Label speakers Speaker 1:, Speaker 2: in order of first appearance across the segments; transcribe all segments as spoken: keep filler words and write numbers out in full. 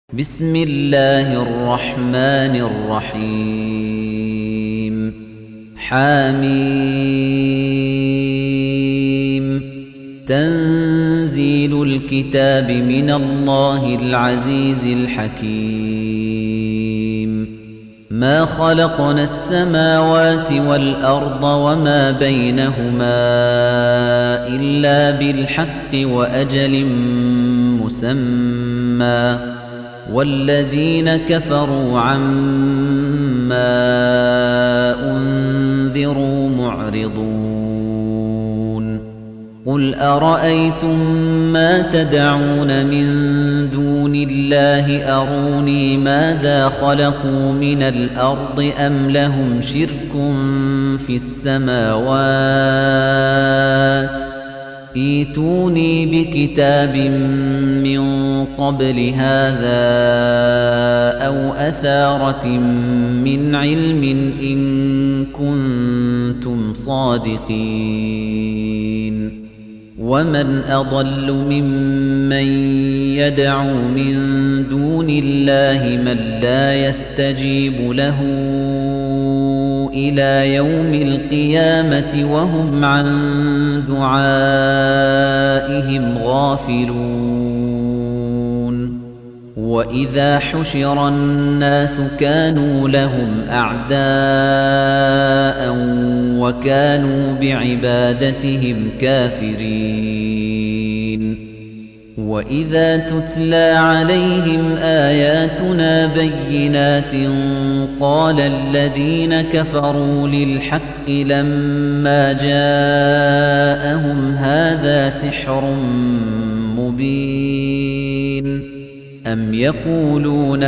Speaker 1: بسم الله الرحمن الرحيم حميم تنزيل الكتاب من الله العزيز الحكيم ما خلقنا السماوات والأرض وما بينهما إلا بالحق وأجل مسمى والذين كفروا عما أنذروا معرضون قل أرأيتم ما تدعون من دون الله أروني ماذا خلقوا من الأرض أم لهم شرك في السماوات ايتوني بكتاب من قبل هذا أو أثارة من علم إن كنتم صادقين ومن أضل ممن يدعو من دون الله من لا يستجيب له إلى يوم القيامة وهم عن دعائهم غافلون وإذا حشر الناس كانوا لهم أعداء وكانوا بعبادتهم كافرين وإذا تتلى عليهم آياتنا بينات قال الذين كفروا للحق لما جاءهم هذا سحر مبين أم يقولون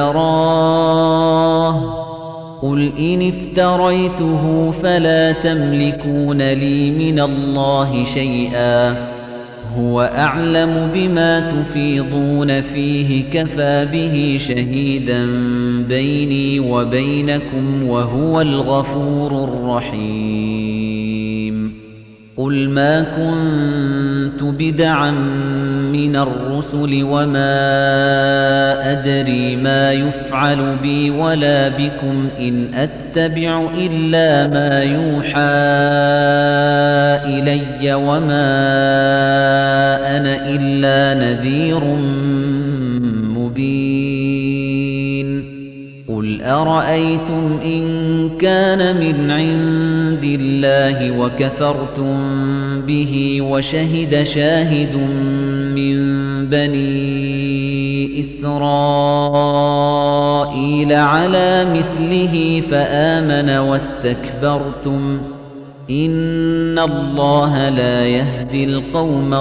Speaker 1: افتراه قل إن افتريته فلا تملكون لي من الله شيئا هو أعلم بما تفيضون فيه كفى به شهيدا بيني وبينكم وهو الغفور الرحيم قل ما كنت بدعا من الرسل وما أدري ما يفعل بي ولا بكم إن أتبع إلا ما يوحى إلي وما أنا إلا نذير مبين قل أرأيتم إن كان من عند الله وكفرتم به وشهد شاهد من بني إسرائيل على مثله فآمن واستكبرتم إن الله لا يهدي القوم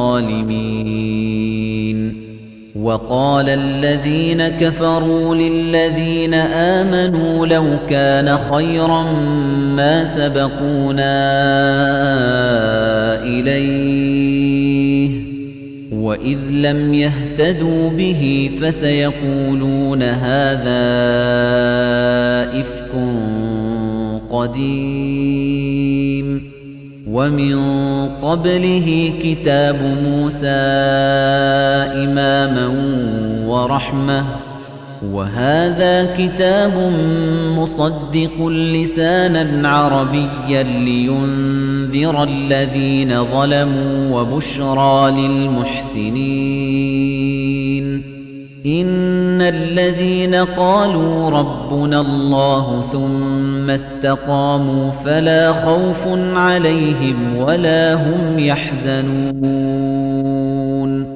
Speaker 1: الظالمين وقال الذين كفروا للذين آمنوا لو كان خيرا ما سبقونا إليه وإذ لم يهتدوا به فسيقولون هذا إفك قديم ومن قبله كتاب موسى إماما ورحمة وهذا كتاب مصدق لسانا عربيا لينذر الذين ظلموا وبشرى للمحسنين إن الذين قالوا ربنا الله ثم استقاموا فلا خوف عليهم ولا هم يحزنون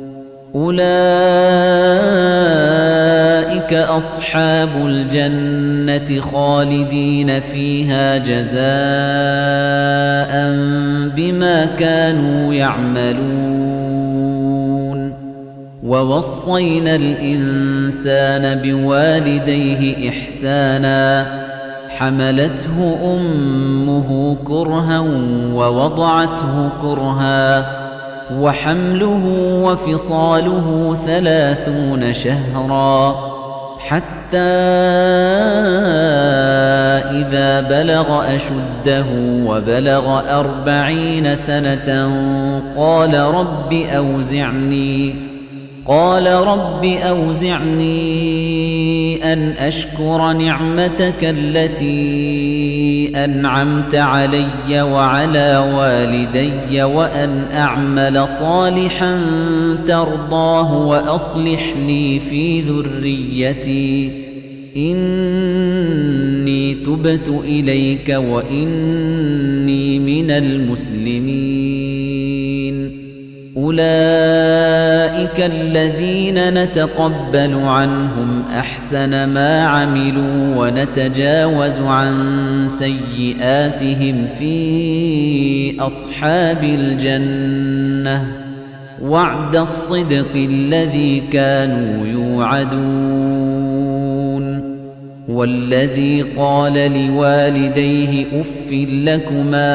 Speaker 1: أولئك أصحاب الجنة خالدين فيها جزاء بما كانوا يعملون ووصينا الإنسان بوالديه إحسانا حملته أمه كرها ووضعته كرها وحمله وفصاله ثلاثون شهرا حتى إذا بلغ أشده وبلغ أربعين سنة قال رب أوزعني قال رب أوزعني أن أشكر نعمتك التي أنعمت علي وعلى والدي وأن أعمل صالحا ترضاه وأصلح لي في ذريتي إني تبت إليك وإني من المسلمين أولئك الذين نتقبل عنهم أحسن ما عملوا ونتجاوز عن سيئاتهم في أصحاب الجنة وعد الصدق الذي كانوا يوعدون والذي قال لوالديه أف لكما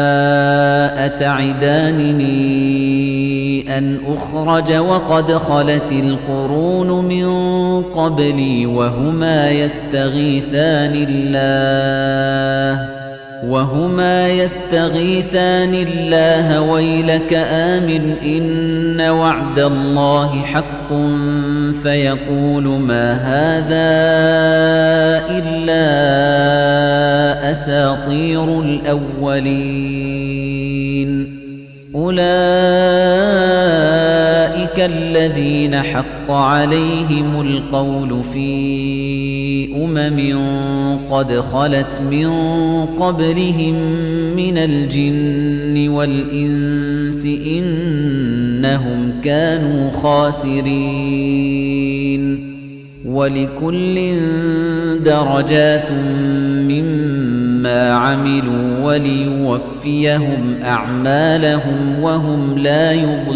Speaker 1: أتعدانني أن أخرج وقد خلت القرون من قبلي وهما يستغيثان الله وهما يستغيثان الله ويلك آمن إن وعد الله حق فيقول ما هذا إلا أساطير الأولين أولئك الذين حق عليهم القول في أمم قد خلت من قبلهم من الجن والإنس إنهم كانوا خاسرين ولكل درجات مما عملوا وليوفيهم أعمالهم وهم لا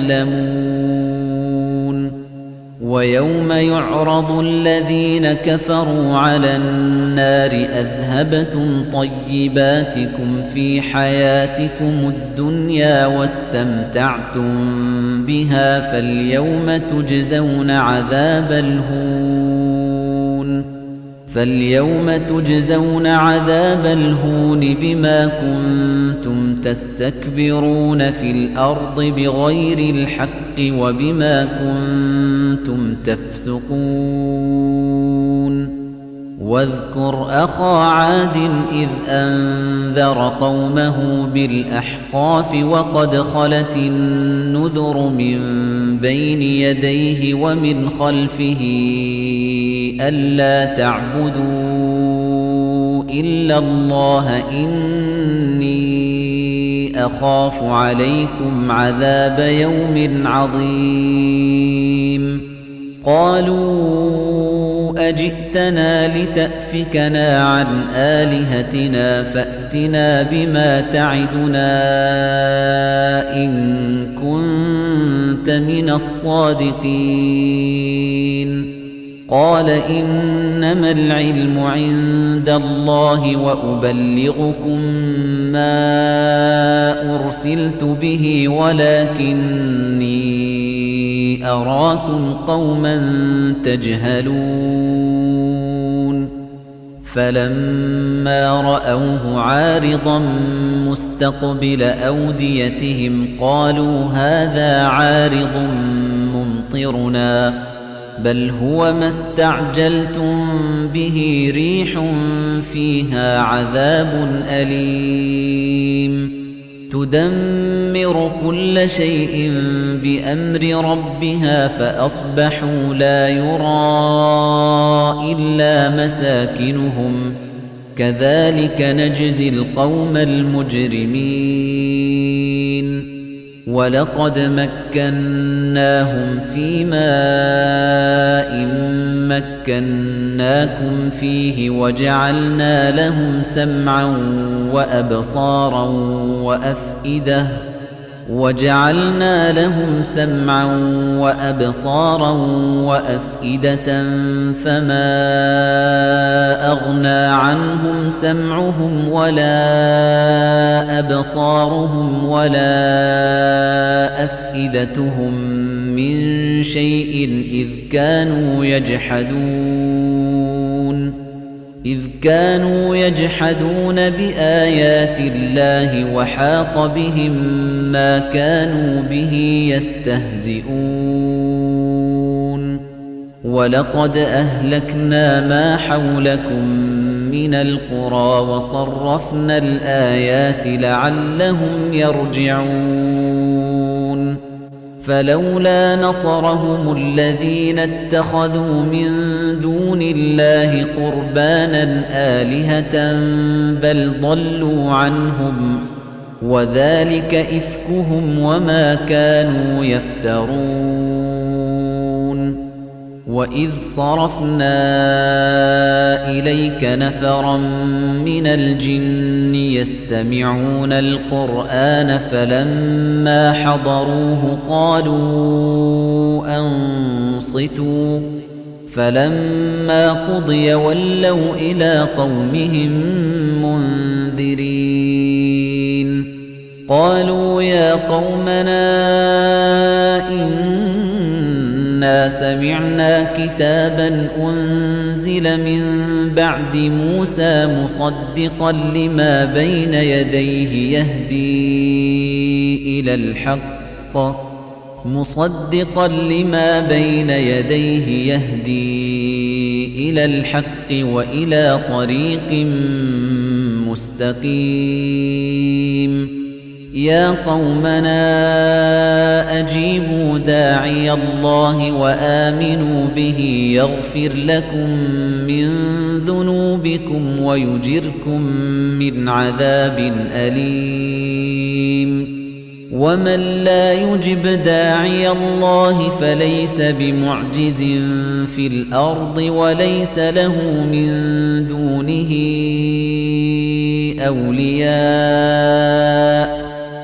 Speaker 1: يظلمون ويوم يعرض الذين كفروا على النار أذهبتم طيباتكم في حياتكم الدنيا واستمتعتم بها فاليوم تجزون عذاب الهون فاليوم تجزون عذاب الهون بما كنتم تستكبرون في الأرض بغير الحق وبما كنتم تفسقون واذكر أخا عاد إذ أنذر قومه بالأحقاف وقد خلت النذر من بين يديه ومن خلفه ألا تعبدوا إلا الله إني أخاف عليكم عذاب يوم عظيم قالوا أجئتنا لتأفكنا عن آلهتنا فأتنا بما تعدنا إن كنت من الصادقين قال إنما العلم عند الله وأبلغكم ما أرسلت به ولكني أراكم قوما تجهلون فلما رأوه عارضا مستقبل أوديتهم قالوا هذا عارض ممطرنا بل هو ما استعجلتم به ريح فيها عذاب أليم تدمر كل شيء بأمر ربها فأصبحوا لا يرى إلا مساكنهم كذلك نجزي القوم المجرمين ولقد مكناهم في ماء مكناكم فيه وجعلنا لهم سمعا وأبصارا وأفئدة وجعلنا لهم سمعا وأبصارا وأفئدة فما أغنى عنهم سمعهم ولا أبصارهم ولا أفئدتهم من شيء إذ كانوا يجحدون إذ كانوا يجحدون بآيات الله وحاق بهم ما كانوا به يستهزئون وَلَقَدْ أَهْلَكْنَا مَا حَوْلَكُمْ مِنَ الْقُرَى وَصَرَّفْنَا الْآيَاتِ لَعَلَّهُمْ يَرْجِعُونَ فَلَوْلَا نَصَرَهُمُ الَّذِينَ اتَّخَذُوا مِن دُونِ اللَّهِ قُرْبَانًا آلِهَةً بَلْ ضَلُّوا عَنْهُمْ وَذَلِكَ إِفْكُهُمْ وَمَا كَانُوا يَفْتَرُونَ وَإِذْ صَرَفْنَا إِلَيْكَ نَفَرًا مِنَ الْجِنِّ يَسْتَمِعُونَ الْقُرْآنَ فَلَمَّا حَضَرُوهُ قَالُوا أَنصِتُوا فَلَمَّا قُضِيَ وَلَّوْا إِلَى قَوْمِهِم مُنذِرِينَ قَالُوا يَا قَوْمَنَا إِنَّا سَمِعْنَا كِتَابًا أُنزِلَ مِن بَعْدِ مُوسَى مُصَدِّقًا لِّمَا بَيْنَ يَدَيْهِ يَهْدِي إِلَى الْحَقِّ مُصَدِّقًا لِّمَا بَيْنَ يَدَيْهِ يَهْدِي إِلَى الْحَقِّ وَإِلَى طَرِيقٍ مُسْتَقِيمٍ يَا قَوْمَنَا أَجِيبُوا دَاعِيَ اللَّهِ وَآمِنُوا بِهِ يَغْفِرْ لَكُم مِّن ذُنُوبِكُمْ وَيُجِرْكُم مِّنْ عَذَابٍ أَلِيمٍ وَمَن لَّا يُجِبْ دَاعِيَ اللَّهِ فَلَيْسَ بِمُعْجِزٍ فِي الْأَرْضِ وَلَيْسَ لَهُ مِن دُونِهِ أَوْلِيَاءُ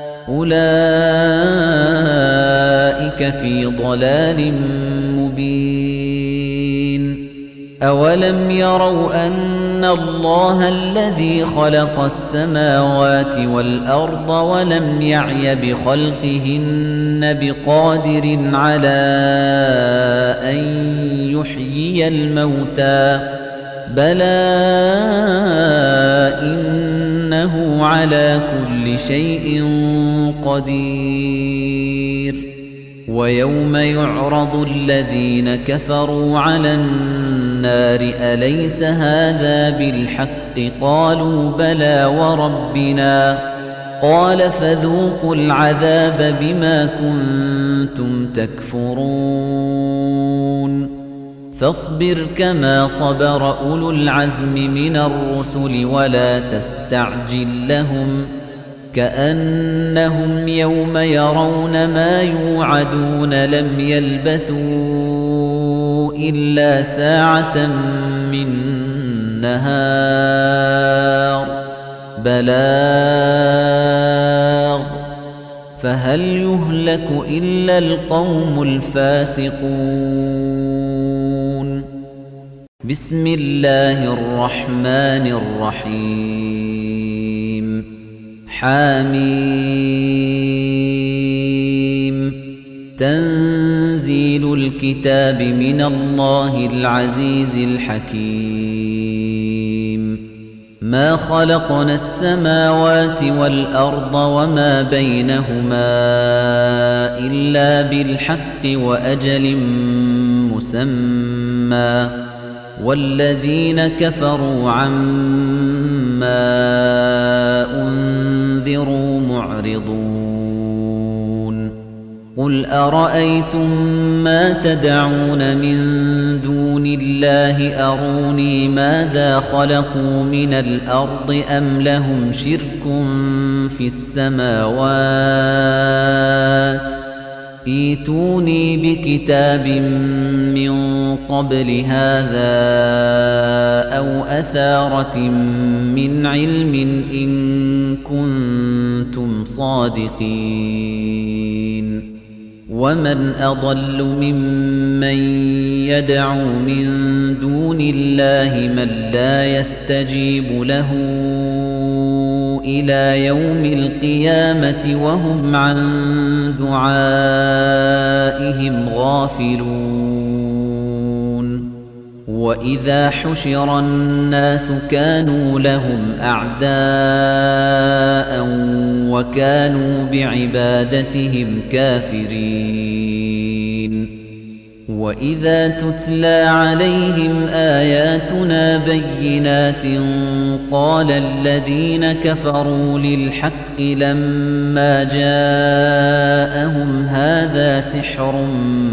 Speaker 1: أُولَئِكَ فِي ضَلَالٍ مُّبِينٍ أَوَلَمْ يَرَوْا أَنَّ اللَّهَ الَّذِي خَلَقَ السَّمَاوَاتِ وَالْأَرْضَ وَلَمْ يَعْيَ بِخَلْقِهِنَّ بِقَادِرٍ عَلَىٰ أَن يُحْيِيَ الْمَوْتَىٰ بَلَىٰ إِنَّهُ عَلَىٰ كُلِّ شَيْءٍ قَدِيرٌ وَيَوْمَ يُعْرَضُ الَّذِينَ كَفَرُوا عَلَى النَّارِ أَلَيْسَ هَٰذَا بِالْحَقِّ قَالُوا بَلَىٰ وَرَبِّنَا قَالَ فَذُوقُوا الْعَذَابَ بِمَا كُنتُمْ تَكْفُرُونَ فاصبر كما صبر أولو العزم من الرسل ولا تستعجل لهم كأنهم يوم يرون ما يوعدون لم يلبثوا إلا ساعة من نهار بلاغ فهل يهلك إلا القوم الفاسقون بسم الله الرحمن الرحيم حميم تنزيل الكتاب من الله العزيز الحكيم ما خلقنا السماوات والأرض وما بينهما إلا بالحق وأجل مسمى والذين كفروا عما أنذروا معرضون قل أرأيتم ما تدعون من دون الله أروني ماذا خلقوا من الأرض أم لهم شرك في السماوات ايتوني بكتاب من قبل هذا أو أثارة من علم إن كنتم صادقين ومن أضل ممن يدعو من دون الله من لا يستجيب له إلى يوم القيامة وهم عن دعائهم غافلون وإذا حشر الناس كانوا لهم أعداء وكانوا بعبادتهم كافرين وَإِذَا تُتْلَى عَلَيْهِمْ آيَاتُنَا بَيِّنَاتٍ قَالَ الَّذِينَ كَفَرُوا لِلْحَقِّ لَمَّا جَاءَهُمْ هَذَا سِحْرٌ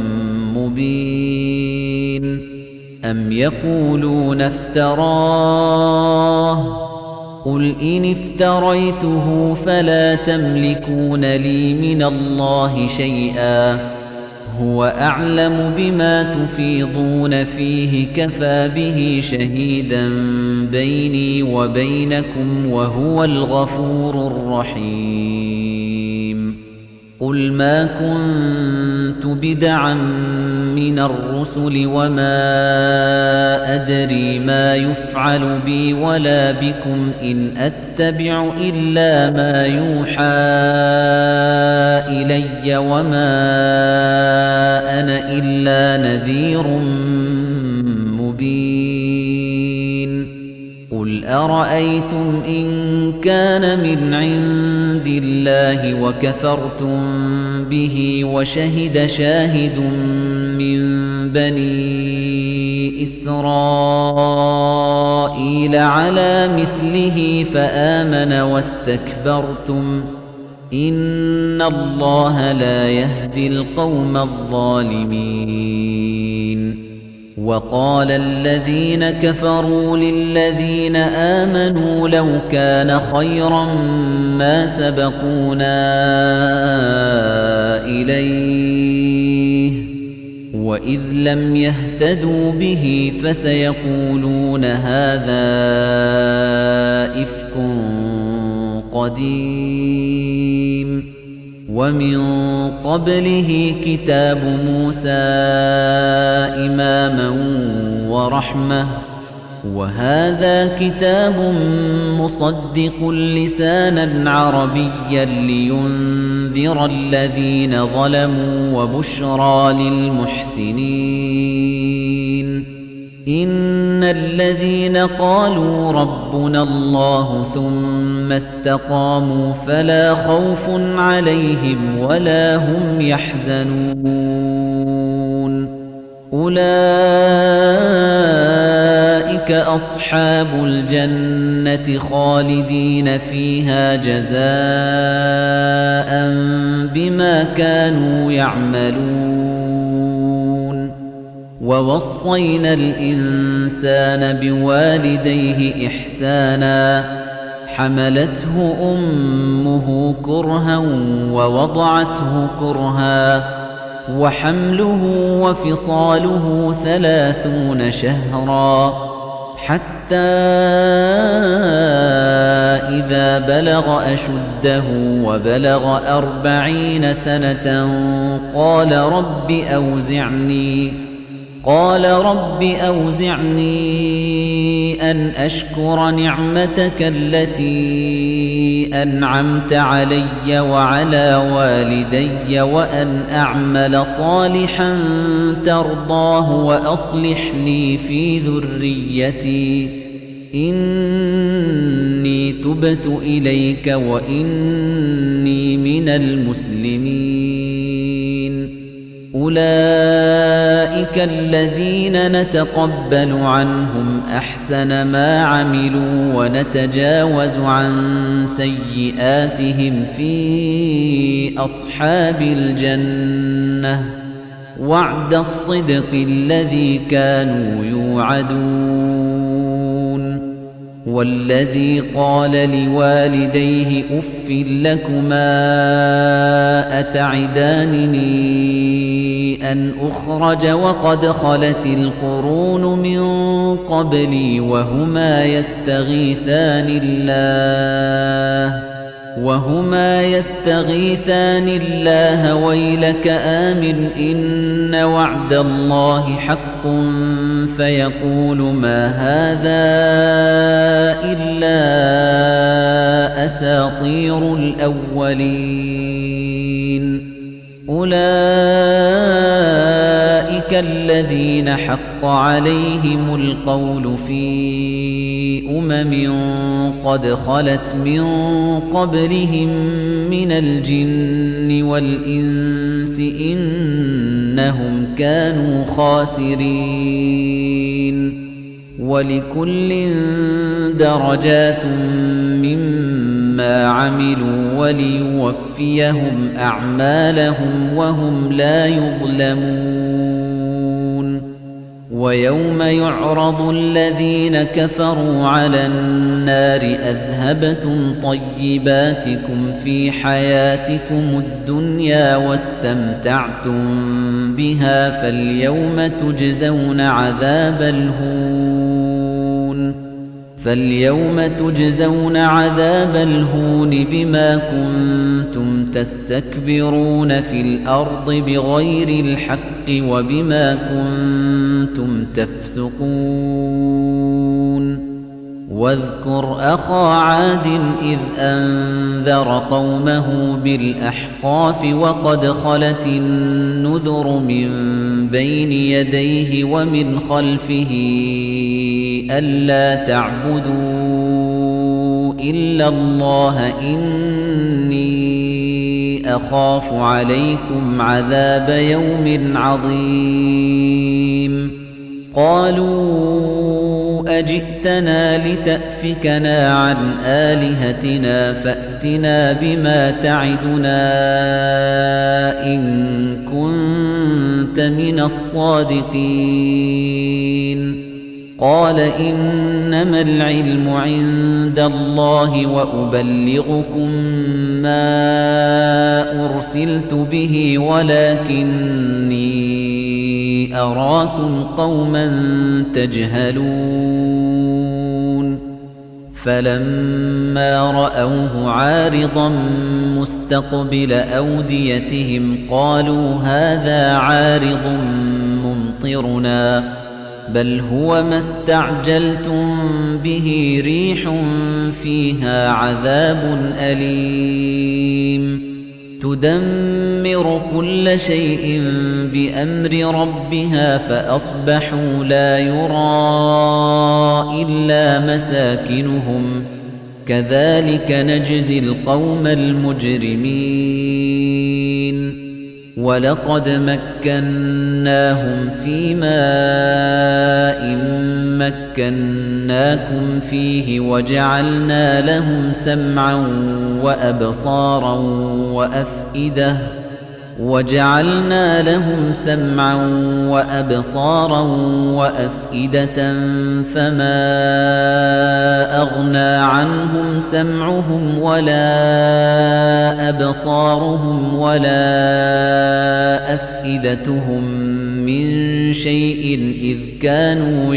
Speaker 1: مُبِينٌ أَمْ يَقُولُونَ افْتَرَاهُ قُلْ إِنِ افْتَرَيْتُهُ فَلَا تَمْلِكُونَ لِي مِنَ اللَّهِ شَيْئًا هُوَ أَعْلَمُ بِمَا تُفِيضُونَ فِيهِ كَفَى بِهِ شَهِيدًا بَيْنِي وَبَيْنَكُمْ وَهُوَ الْغَفُورُ الرَّحِيمُ قُلْ مَا كُنتُ بِدْعًا مِنَ الرُّسُلِ وَمَا أَدْرِي مَا يُفْعَلُ بِي وَلَا بِكُمْ إِنْ أَتَّبِعُ إِلَّا مَا يُوحَى إِلَيَّ وَمَا أَنَا إِلَّا نَذِيرٌ مُبِينٌ قُلْ أَرَأَيْتُمْ إِن كَانَ مِنْ عِندِ اللَّهِ وَكَفَرْتُم بِهِ وَشَهِدَ شَاهِدٌ مِّن بَنِي إِسْرَائِيلَ عَلَى مِثْلِهِ فَآمَنَ وَاسْتَكْبَرْتُمْ إِنَّ اللَّهَ لَا يَهْدِي الْقَوْمَ الظَّالِمِينَ وَقَالَ الَّذِينَ كَفَرُوا لِلَّذِينَ آمَنُوا لَوْ كَانَ خَيْرًا مَا سَبَقُونَا إِلَيْهِ وَإِذْ لَمْ يَهْتَدُوا بِهِ فَسَيَقُولُونَ هَذَا إِفْكٌ قَدِيمٌ وَمِن قَبْلِهِ كِتَابُ مُوسَى إِمَامًا وَرَحْمَةً وَهَذَا كِتَابٌ مُصَدِّقٌ لِسَانًا عَرَبِيًّا لِيُنذِرَ الَّذِينَ ظَلَمُوا وَبُشْرَى لِلْمُحْسِنِينَ إِنَّ الَّذِينَ قَالُوا رَبُّنَا اللَّهُ ثُمَّ اسْتَقَامُوا فَلَا خَوْفٌ عَلَيْهِمْ وَلَا هُمْ يَحْزَنُونَ أُولَئِكَ أَصْحَابُ الْجَنَّةِ خَالِدِينَ فِيهَا جَزَاءً بِمَا كَانُوا يَعْمَلُونَ وَوَصَّيْنَا الْإِنسَانَ بِوَالِدَيْهِ إِحْسَانًا حَمَلَتْهُ أُمُّهُ كُرْهًا وَوَضَعَتْهُ كُرْهًا وَحَمْلُهُ وَفِصَالُهُ ثَلَاثُونَ شَهْرًا حَتَّى إِذَا بَلَغَ أَشُدَّهُ وَبَلَغَ أَرْبَعِينَ سَنَةً قَالَ رَبِّ أَوْزِعْنِي قال رب أوزعني أن أشكر نعمتك التي أنعمت علي وعلى والدي وأن أعمل صالحا ترضاه وأصلح لي في ذريتي إني تبت إليك وإني من المسلمين أولئك الذين نتقبل عنهم أحسن ما عملوا ونتجاوز عن سيئاتهم في أصحاب الجنة وعد الصدق الذي كانوا يوعدون والذي قال لوالديه أف لكما أتعدانني أن أخرج وقد خلت القرون من قبلي وهما يستغيثان الله وهما يستغيثان الله ويلك آمن إن وعد الله حق فيقول ما هذا إلا أساطير الأولين أولئك الذين حق عليهم القول في أمم قد خلت من قبلهم من الجن والإنس إنهم كانوا خاسرين ولكل درجات مما عملوا وليوفيهم أعمالهم وهم لا يظلمون ويوم يعرض الذين كفروا على النار أذهبتم طيباتكم في حياتكم الدنيا واستمتعتم بها فاليوم تجزون عذاب الهون فاليوم تجزون عذاب الهون بما كنتم تستكبرون في الأرض بغير الحق وبما كنتم تفسقون واذكر أخا عاد إذ أنذر قومه بالأحقاف وقد خلت النذر من بين يديه ومن خلفه ألا تعبدوا إلا الله إني أخاف عليكم عذاب يوم عظيم قالوا أجئتنا لتأفكنا عن آلهتنا فأتنا بما تعدنا إن كنت من الصادقين قال إنما العلم عند الله وأبلغكم ما أرسلت به ولكني أراكم قوما تجهلون فلما رأوه عارضا مستقبل أوديتهم قالوا هذا عارض ممطرنا بل هو ما استعجلتم به ريح فيها عذاب أليم تدمر كل شيء بأمر ربها فأصبحوا لا يرى إلا مساكنهم كذلك نجزي القوم المجرمين ولقد مكناهم في ماء مكناكم فيه وجعلنا لهم سمعا وأبصارا وأفئدة وجعلنا لهم سمعا وأبصارا وأفئدة فما أغنى عنهم سمعهم ولا أبصارهم ولا أفئدتهم من شيء إذ كانوا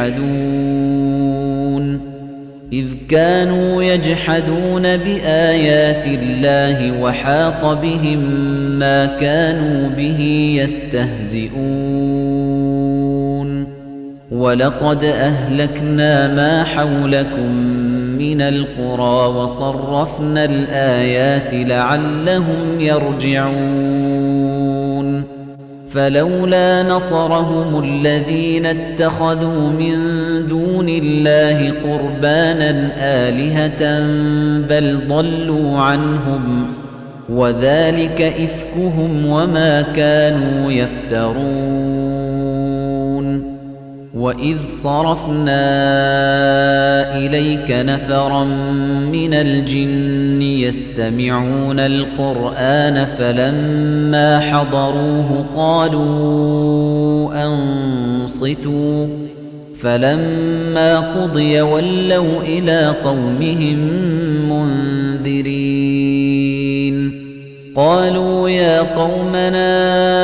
Speaker 1: يجحدون إذ كانوا يجحدون بآيات الله وحاق بهم ما كانوا به يستهزئون ولقد أهلكنا ما حولكم من القرى وصرفنا الآيات لعلهم يرجعون فلولا نصرهم الذين اتخذوا من دون الله قربانا آلهة بل ضلوا عنهم وذلك إفكهم وما كانوا يفترون وإذ صرفنا إليك نفرا من الجن يستمعون القرآن فلما حضروه قالوا أنصتوا فلما قضي ولوا إلى قومهم منذرين قالوا يا قومنا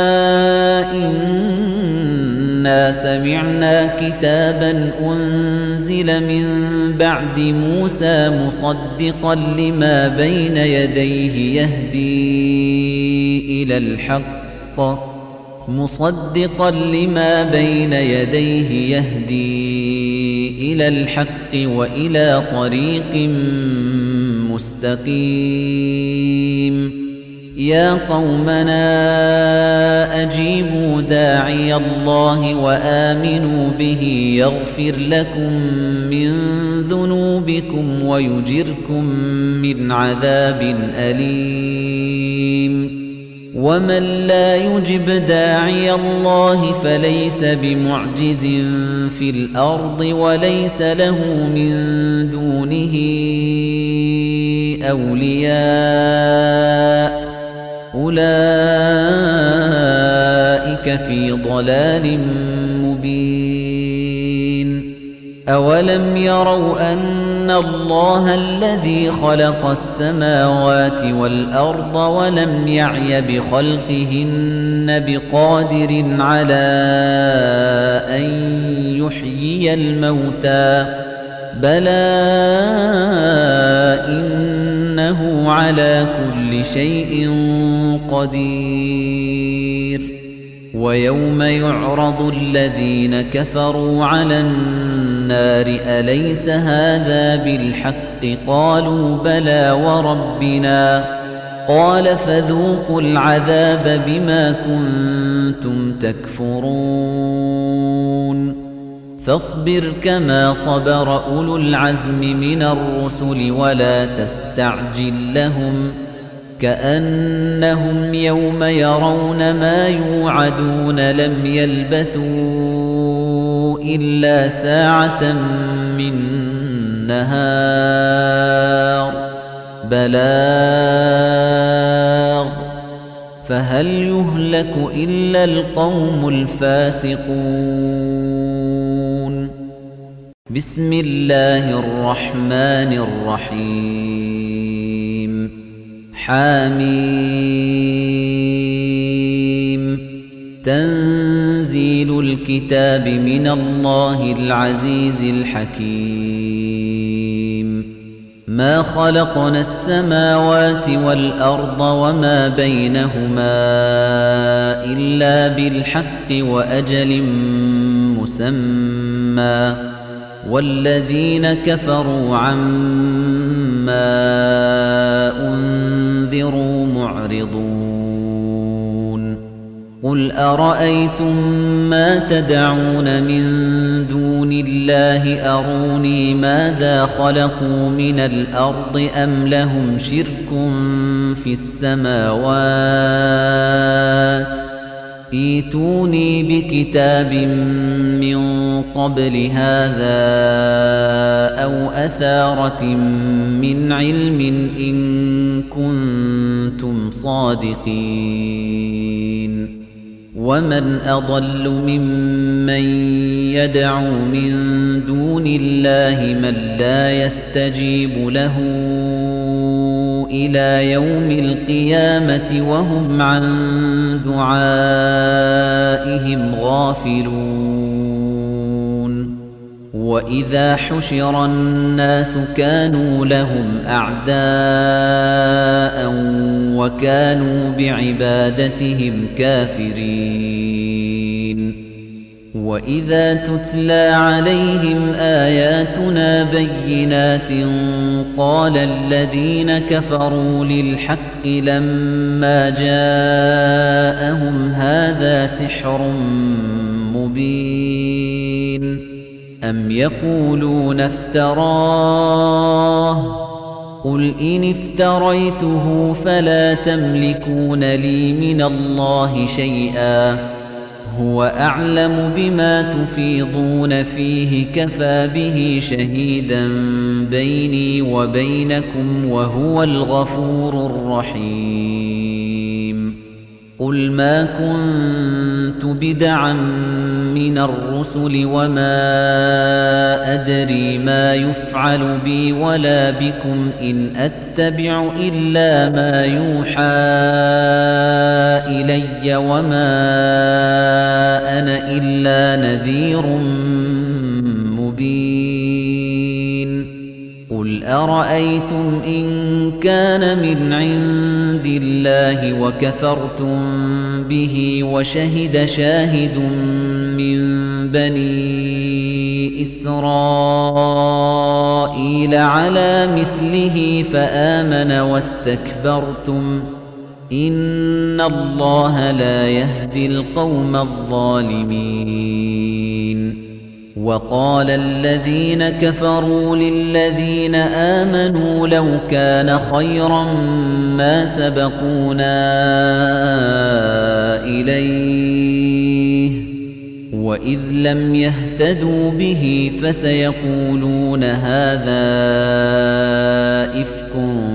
Speaker 1: إنا سمعنا كتابا أنزل من بعد موسى مصدقا لما بين يديه يهدي إلى الحق مصدقا لما بين يديه يهدي إلى الحق وإلى طريق مستقيم يا قومنا أجيبوا داعي الله وآمنوا به يغفر لكم من ذنوبكم ويجركم من عذاب أليم ومن لا يجب داعي الله فليس بمعجز في الأرض وليس له من دونه أولياء أولئك في ضلال مبين أولم يروا أن الله الذي خلق السماوات والأرض ولم يعي بخلقهن بقادر على أن يحيي الموتى بلى إنه على كل شيء قدير ويوم يعرض الذين كفروا على النار أليس هذا بالحق قالوا بلى وربنا قال فذوقوا العذاب بما كنتم تكفرون فاصبر كما صبر أولو العزم من الرسل ولا تستعجل لهم كأنهم يوم يرون ما يوعدون لم يلبثوا إلا ساعة من نهار بلاغ فهل يهلك إلا القوم الفاسقون بسم الله الرحمن الرحيم حميم تنزيل الكتاب من الله العزيز الحكيم ما خلقنا السماوات والأرض وما بينهما إلا بالحق وأجل مسمى والذين كفروا عما أنذروا معرضون قل أرأيتم ما تدعون من دون الله أروني ماذا خلقوا من الأرض أم لهم شرك في السماوات ايتوني بكتاب من قبل هذا أو أثارة من علم إن كنتم صادقين ومن أضل ممن يدعو من دون الله من لا يستجيب له إلى يوم القيامة وهم عن دعائهم غافلون وإذا حشر الناس كانوا لهم أعداء وكانوا بعبادتهم كافرين وإذا تتلى عليهم آياتنا بينات قال الذين كفروا للحق لما جاءهم هذا سحر مبين أم يقولون افتراه قل إن افتريته فلا تملكون لي من الله شيئا هو أعلم بما تفيضون فيه كفى به شهيدا بيني وبينكم وهو الغفور الرحيم قل ما كنت بدعا من الرسل وما أدري ما يفعل بي ولا بكم إن أتبع إلا ما يوحى إلي وما أنا إلا نذير مبين قل أرأيتم إن كان من عند الله وكفرتم به وشهد شاهد من بني إسرائيل على مثله فآمن واستكبرتم إن الله لا يهدي القوم الظالمين وقال الذين كفروا للذين آمنوا لو كان خيرا ما سبقونا إليه وإذ لم يهتدوا به فسيقولون هذا إفك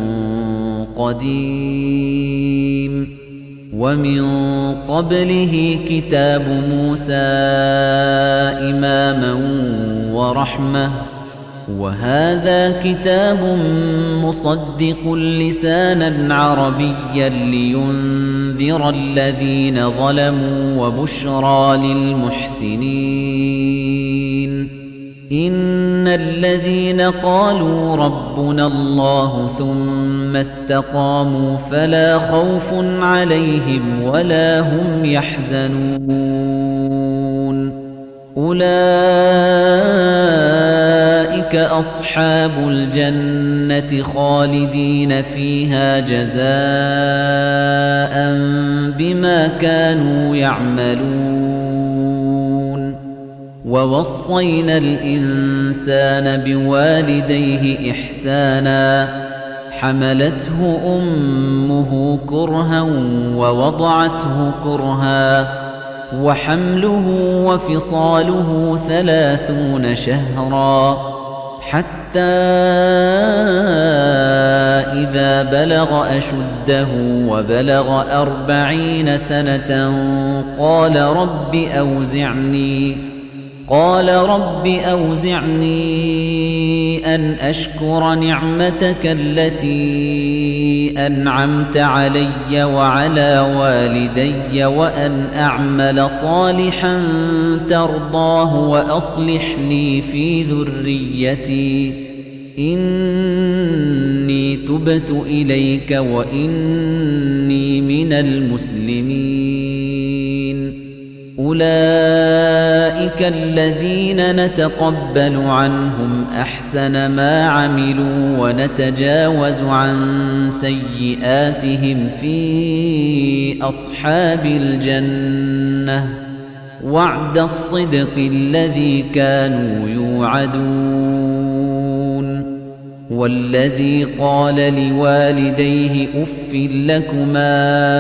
Speaker 1: قديم ومن قبله كتاب موسى إماما ورحمة وهذا كتاب مصدق لسانا عربيا لينذر الذين ظلموا وبشرى للمحسنين إن الذين قالوا ربنا الله ثم استقاموا فلا خوف عليهم ولا هم يحزنون أولئك أصحاب الجنة خالدين فيها جزاء بما كانوا يعملون ووصينا الإنسان بوالديه إحسانا حملته أمه كرها ووضعته كرها وحمله وفصاله ثلاثون شهرا حتى إذا بلغ أشده وبلغ أربعين سنة قال رب أوزعني قال رب أوزعني أن أشكر نعمتك التي أنعمت علي وعلى والدي وأن أعمل صالحا ترضاه وأصلح لي في ذريتي إني تبت إليك وإني من المسلمين أولئك الذين نتقبل عنهم أحسن ما عملوا ونتجاوز عن سيئاتهم في أصحاب الجنة وعد الصدق الذي كانوا يوعدون والذي قال لوالديه أف لكما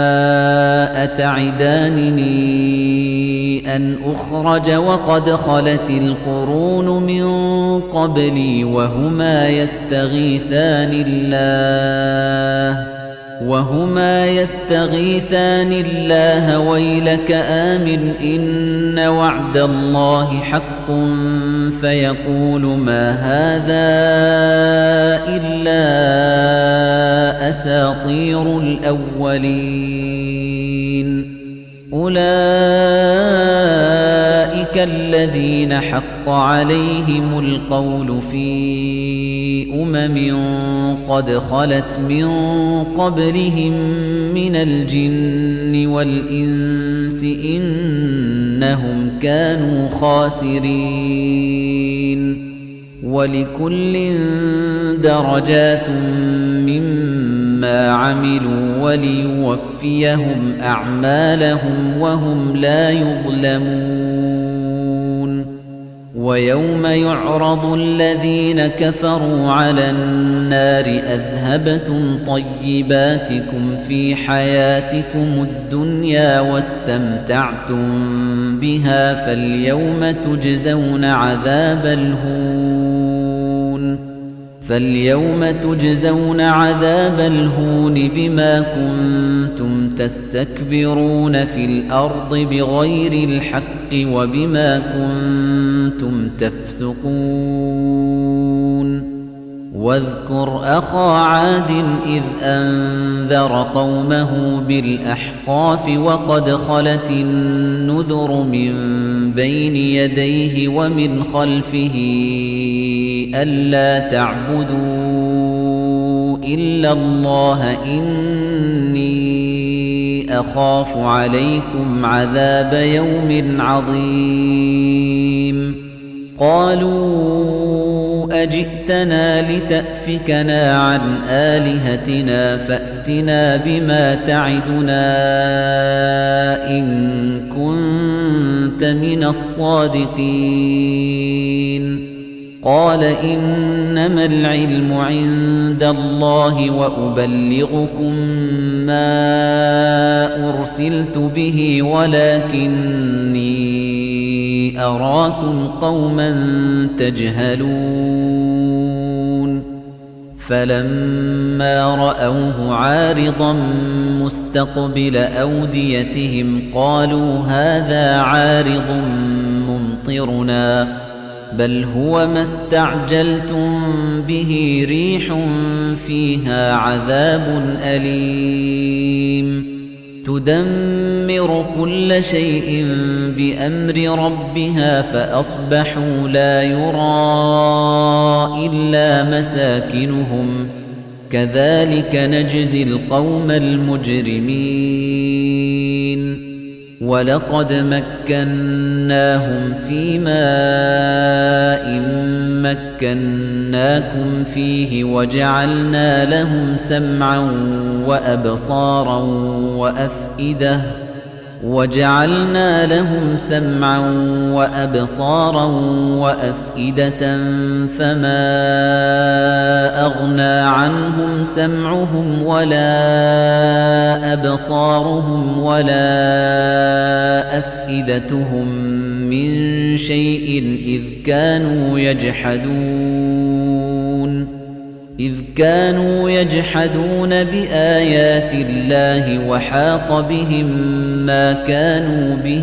Speaker 1: أتعدانني أن أخرج وقد خلت القرون من قبلي وهما يستغيثان الله وهما يستغيثان الله ويلك آمن إن وعد الله حق فيقول ما هذا إلا أساطير الأولين أولئك الذين حق عليهم القول في أمم قد خلت من قبلهم من الجن والإنس إنهم كانوا خاسرين ولكل درجات مما عملوا وليوفيهم أعمالهم وهم لا يظلمون ويوم يعرض الذين كفروا على النار أذهبتم طيباتكم في حياتكم الدنيا واستمتعتم بها فاليوم تجزون عذاب الهون فاليوم تجزون عذاب الهون بما كنتم تستكبرون في الأرض بغير الحق وبما كنتم تفسقون واذكر أخا عاد إذ أنذر قومه بالأحقاف وقد خلت النذر من بين يديه ومن خلفه ألا تعبدوا إلا الله إني أخاف عليكم عذاب يوم عظيم قالوا أجئتنا لتأفكنا عن آلهتنا فأتنا فأتنا بما تعدنا إن كنت من الصادقين قال إنما العلم عند الله وأبلغكم ما أرسلت به ولكني أراكم قوما تجهلون فلما رأوه عارضا مستقبل أوديتهم قالوا هذا عارض ممطرنا بل هو ما استعجلتم به ريح فيها عذاب أليم تدمر كل شيء بأمر ربها فأصبحوا لا يرى إلا مساكنهم كذلك نجزي القوم المجرمين ولقد مكناهم في ماء مكناكم فيه وجعلنا لهم سمعا وأبصارا وأفئدة وجعلنا لهم سمعا وأبصارا وأفئدة فما أغنى عنهم سمعهم ولا أبصارهم ولا أفئدتهم من شيء إذ كانوا يجحدون إذ كانوا يجحدون بآيات الله وحاق بهم ما كانوا به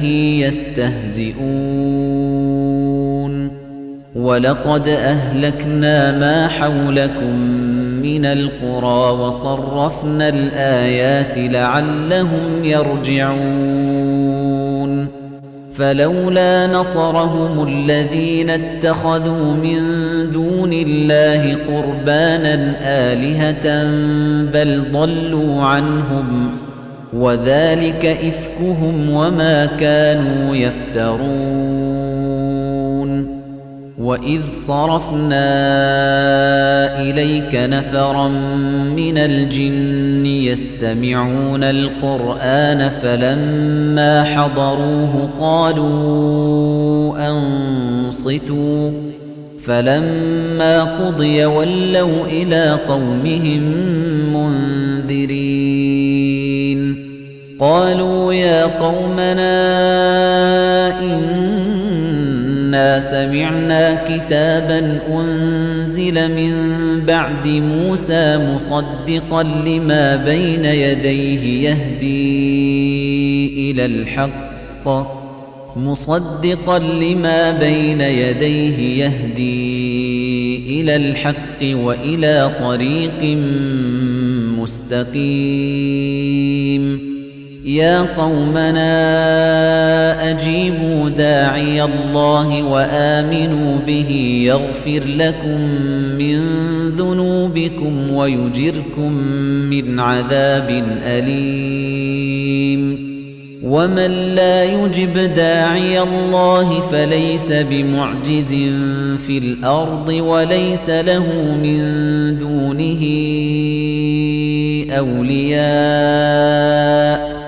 Speaker 1: يستهزئون ولقد أهلكنا ما حولكم من القرى وصرفنا الآيات لعلهم يرجعون فلولا نصرهم الذين اتخذوا من دون الله قربانا آلهة بل ضلوا عنهم وذلك إفكهم وما كانوا يفترون وإذ صرفنا إليك نفرا من الجن يستمعون القرآن فلما حضروه قالوا أنصتوا فلما قضي ولوا إلى قومهم منذرين قالوا يا قومنا إنا سمعنا كتابا أنزل من بعد موسى مصدقا لما بين يديه يهدي إلى الحق مصدقا لما بين يديه يهدي إلى الحق وإلى طريق مستقيم يا قومنا أجيبوا داعي الله وآمنوا به يغفر لكم من ذنوبكم ويجركم من عذاب أليم ومن لا يجب داعي الله فليس بمعجز في الأرض وليس له من دونه أولياء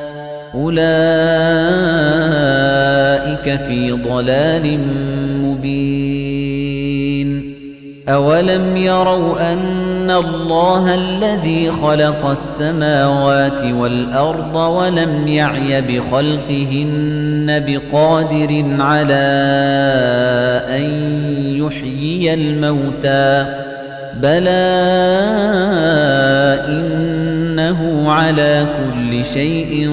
Speaker 1: أولئك في ضلال مبين أولم يروا أن الله الذي خلق السماوات والأرض ولم يعي بخلقهن بقادر على أن يحيي الموتى بلى إنه على كل شيء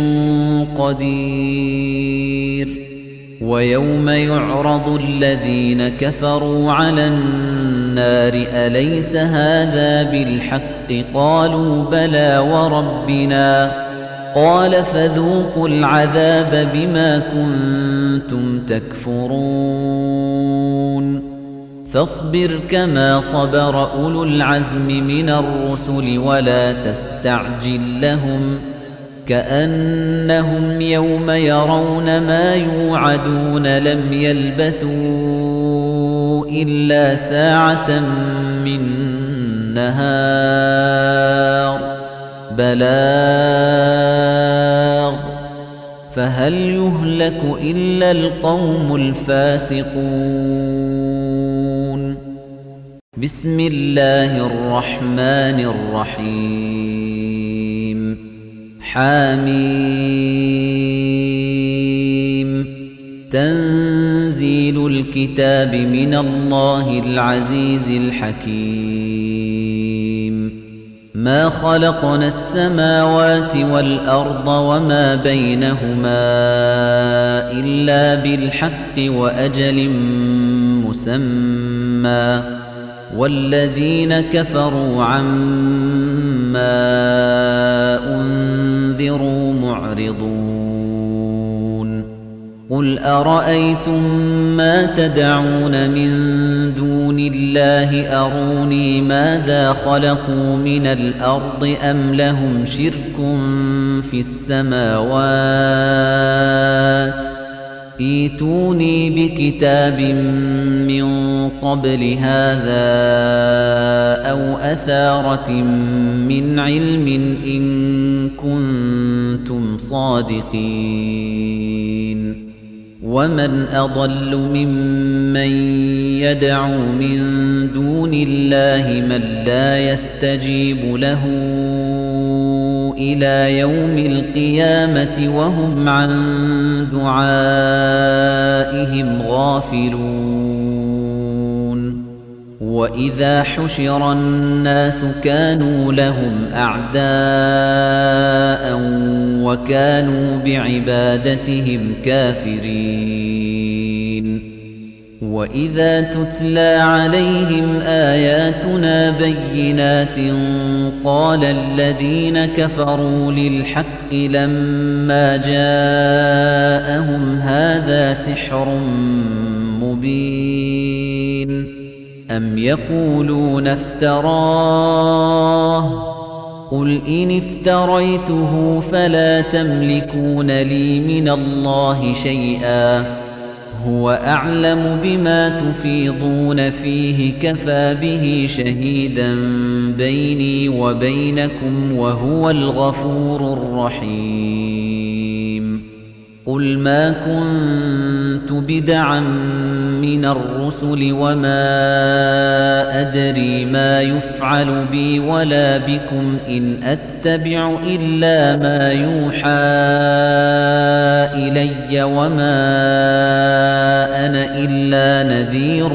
Speaker 1: قدير ويوم يعرض الذين كفروا على النار أليس هذا بالحق قالوا بلى وربنا قال فذوقوا العذاب بما كنتم تكفرون فاصبر كما صبر أولو العزم من الرسل ولا تستعجل لهم كأنهم يوم يرون ما يوعدون لم يلبثوا إلا ساعة من نهار بلاغ فهل يهلك إلا القوم الفاسقون بسم الله الرحمن الرحيم حميم تنزيل الكتاب من الله العزيز الحكيم ما خلقنا السماوات والأرض وما بينهما إلا بالحق وأجل مسمى والذين كفروا عما أنذروا معرضون قل أرأيتم ما تدعون من دون الله أروني ماذا خلقوا من الأرض أم لهم شرك في السماوات ايتوني بكتاب من قبل هذا أو أثارة من علم إن كنتم صادقين ومن أضل ممن يدعو من دون الله من لا يستجيب له إلى يوم القيامة وهم عن دعائهم غافلون وإذا حشر الناس كانوا لهم أعداء وكانوا بعبادتهم كافرين وإذا تتلى عليهم آياتنا بينات قال الذين كفروا للحق لما جاءهم هذا سحر مبين أم يقولون افتراه قل إن افتريته فلا تملكون لي من الله شيئا هو أعلم بما تفيضون فيه كفى به شهيدا بيني وبينكم وهو الغفور الرحيم قل ما كنت بدعا من الرسل وما أدري ما يفعل بي ولا بكم إن أتبع إلا ما يوحى إلي وما أنا إلا نذير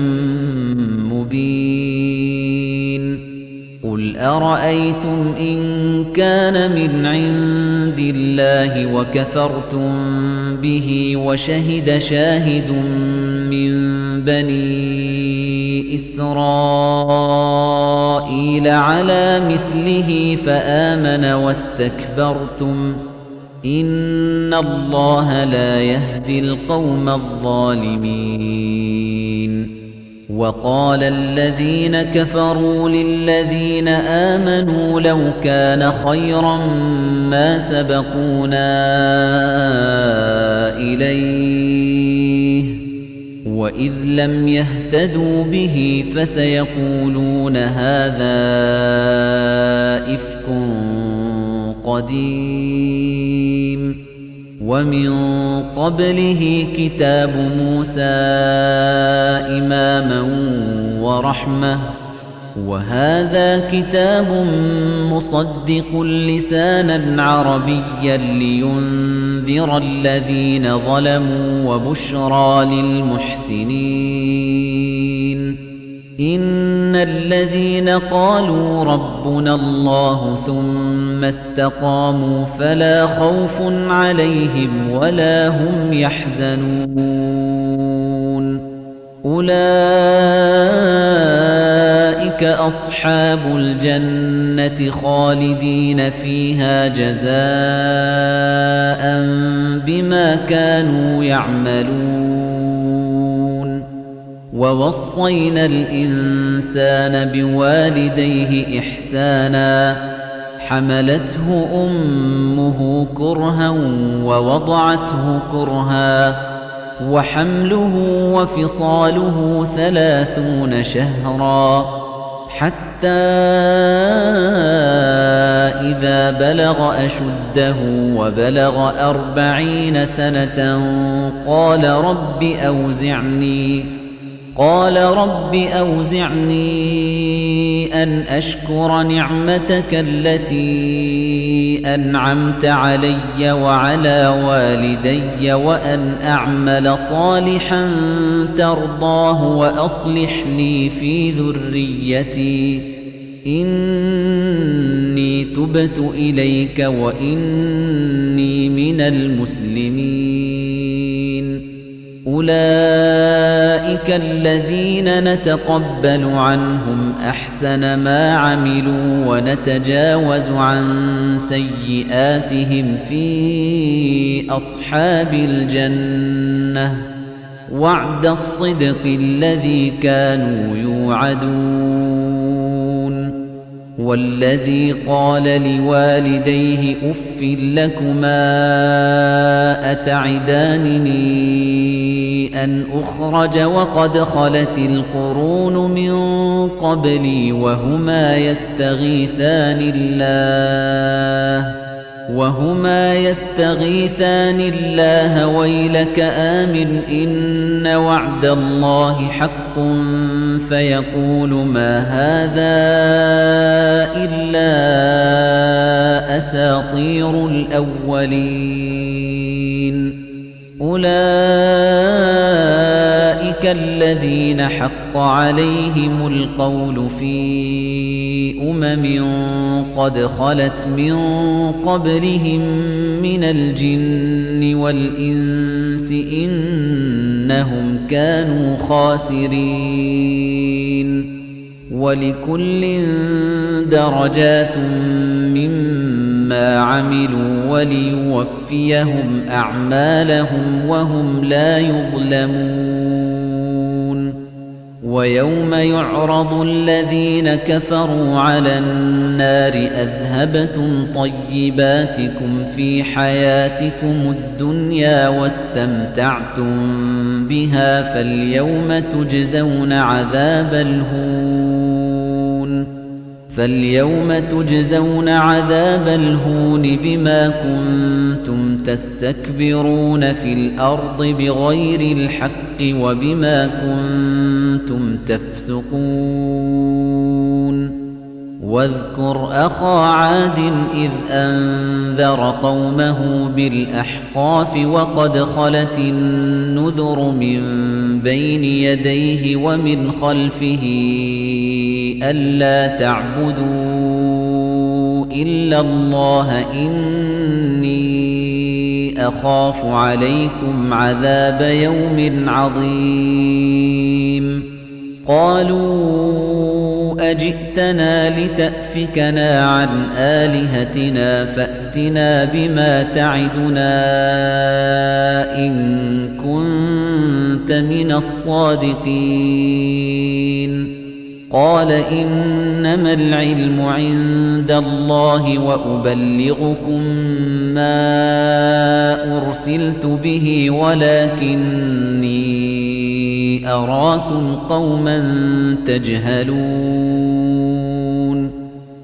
Speaker 1: مبين قل أرأيتم إن كان من عند الله وكفرتم به وشهد شاهد من بني إسرائيل على مثله فآمن واستكبرتم إن الله لا يهدي القوم الظالمين وقال الذين كفروا للذين آمنوا لو كان خيرا ما سبقونا إليه وإذ لم يهتدوا به فسيقولون هذا إفك قديم ومن قبله كتاب موسى إماما ورحمة وهذا كتاب مصدق لسانا عربيا لينذر الذين ظلموا وبشرى للمحسنين إن الذين قالوا ربنا الله ثم استقاموا فلا خوف عليهم ولا هم يحزنون أولئك أصحاب الجنة خالدين فيها جزاء بما كانوا يعملون ووصينا الإنسان بوالديه إحسانا حملته أمه كرها ووضعته كرها وحمله وفصاله ثلاثون شهرا حتى إذا بلغ أشده وبلغ أربعين سنة قال رب أوزعني قال رب أوزعني أن أشكر نعمتك التي أنعمت علي وعلى والدي وأن أعمل صالحا ترضاه وأصلح لي في ذريتي إني تبت إليك وإني من المسلمين أولئك الذين نتقبل عنهم أحسن ما عملوا ونتجاوز عن سيئاتهم في أصحاب الجنة وعد الصدق الذي كانوا يوعدون والذي قال لوالديه أف لكما أتعدانني أن أخرج وقد خلت القرون من قبلي وهما يستغيثان الله وهما يستغيثان الله ويلك آمن إن وعد الله حق فيقول ما هذا إلا أساطير الأولين أولئك الذين حق عليهم القول في أمم قد خلت من قبلهم من الجن والإنس إنهم كانوا خاسرين ولكل درجات مما عملوا وليوفيهم أعمالهم وهم لا يظلمون ويوم يعرض الذين كفروا على النار أذهبتم طيباتكم في حياتكم الدنيا واستمتعتم بها فاليوم تجزون عذاب الهون فاليوم تجزون عذاب الهون بما كنتم تستكبرون في الأرض بغير الحق وبما كنتم تفسقون واذكر أخا عاد إذ أنذر قومه بالأحقاف وقد خلت النذر من بين يديه ومن خلفه ألا تعبدوا إلا الله إني أخاف عليكم عذاب يوم عظيم قالوا أجئتنا لتأفكنا عن آلهتنا فأتنا بما تعدنا إن كنت من الصادقين قال إنما العلم عند الله وأبلغكم ما أرسلت به ولكني أراكم قوما تجهلون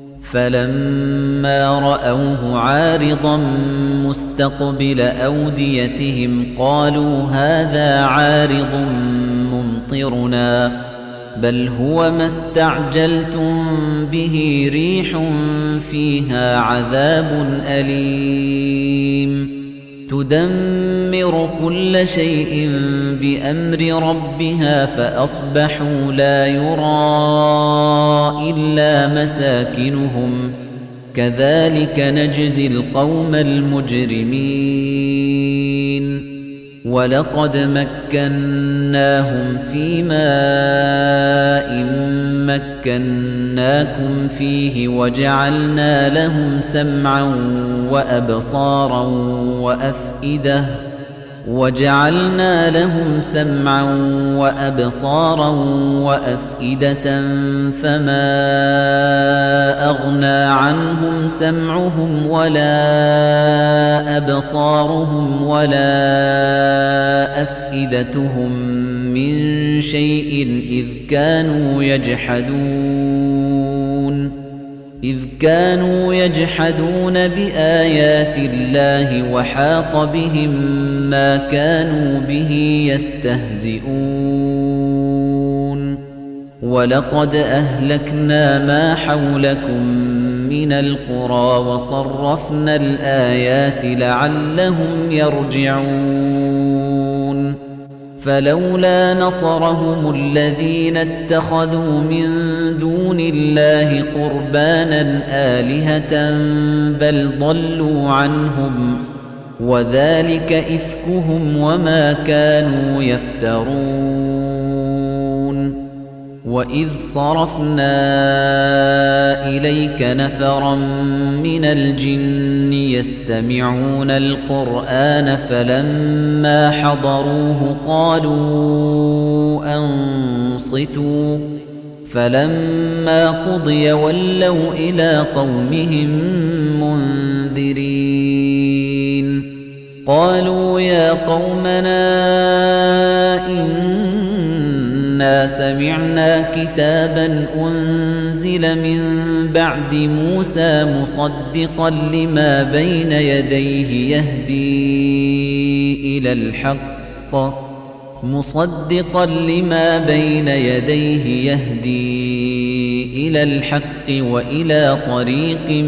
Speaker 1: فلما رأوه عارضا مستقبل أوديتهم قالوا هذا عارض ممطرنا بل هو ما استعجلتم به ريح فيها عذاب أليم تدمر كل شيء بأمر ربها فأصبحوا لا يرى إلا مساكنهم كذلك نجزي القوم المجرمين ولقد مكناهم في ماء مكناكم فيه وجعلنا لهم سمعا وأبصارا وأفئدة وَجَعَلْنَا لَهُمْ سَمْعًا وَأَبْصَارًا وَأَفْئِدَةً فَمَا أَغْنَى عَنْهُمْ سَمْعُهُمْ وَلَا أَبْصَارُهُمْ وَلَا أَفْئِدَتُهُم مِّن شَيْءٍ إِذْ كَانُوا يَجْحَدُونَ إِذْ كَانُوا يَجْحَدُونَ بِآيَاتِ اللَّهِ وَحَاقَ بِهِم مَّا كَانُوا بِهِ يَسْتَهْزِئُونَ وَلَقَدْ أَهْلَكْنَا مَا حَوْلَكُم مِّنَ الْقُرَىٰ وَصَرَّفْنَا الْآيَاتِ لَعَلَّهُمْ يَرْجِعُونَ فَلَوْلَا نَصَرَهُمُ الَّذِينَ اتَّخَذُوا مِن دُونِ اللَّهِ قُرْبَانًا آلِهَةً بَلْ ضَلُّوا عَنْهُمْ وَذَلِكَ إِفْكُهُمْ وَمَا كَانُوا يَفْتَرُونَ وَإِذْ صَرَفْنَا إِلَيْكَ نَفَرًا مِنَ الْجِنِّ يَسْتَمِعُونَ الْقُرْآنَ فَلَمَّا حَضَرُوهُ قَالُوا أَنصِتُوا فَلَمَّا قُضِيَ وَلَّوْا إِلَى قَوْمِهِم مُنذِرِينَ قَالُوا يَا قَوْمَنَا إِنَّا سَمِعْنَا كِتَابًا أُنزِلَ مِن بَعْدِ مُوسَى مُصَدِّقًا لِّمَا بَيْنَ يَدَيْهِ يَهْدِي إِلَى الْحَقِّ مُصَدِّقًا لِّمَا بَيْنَ يَدَيْهِ يَهْدِي إِلَى الْحَقِّ وَإِلَى طَرِيقٍ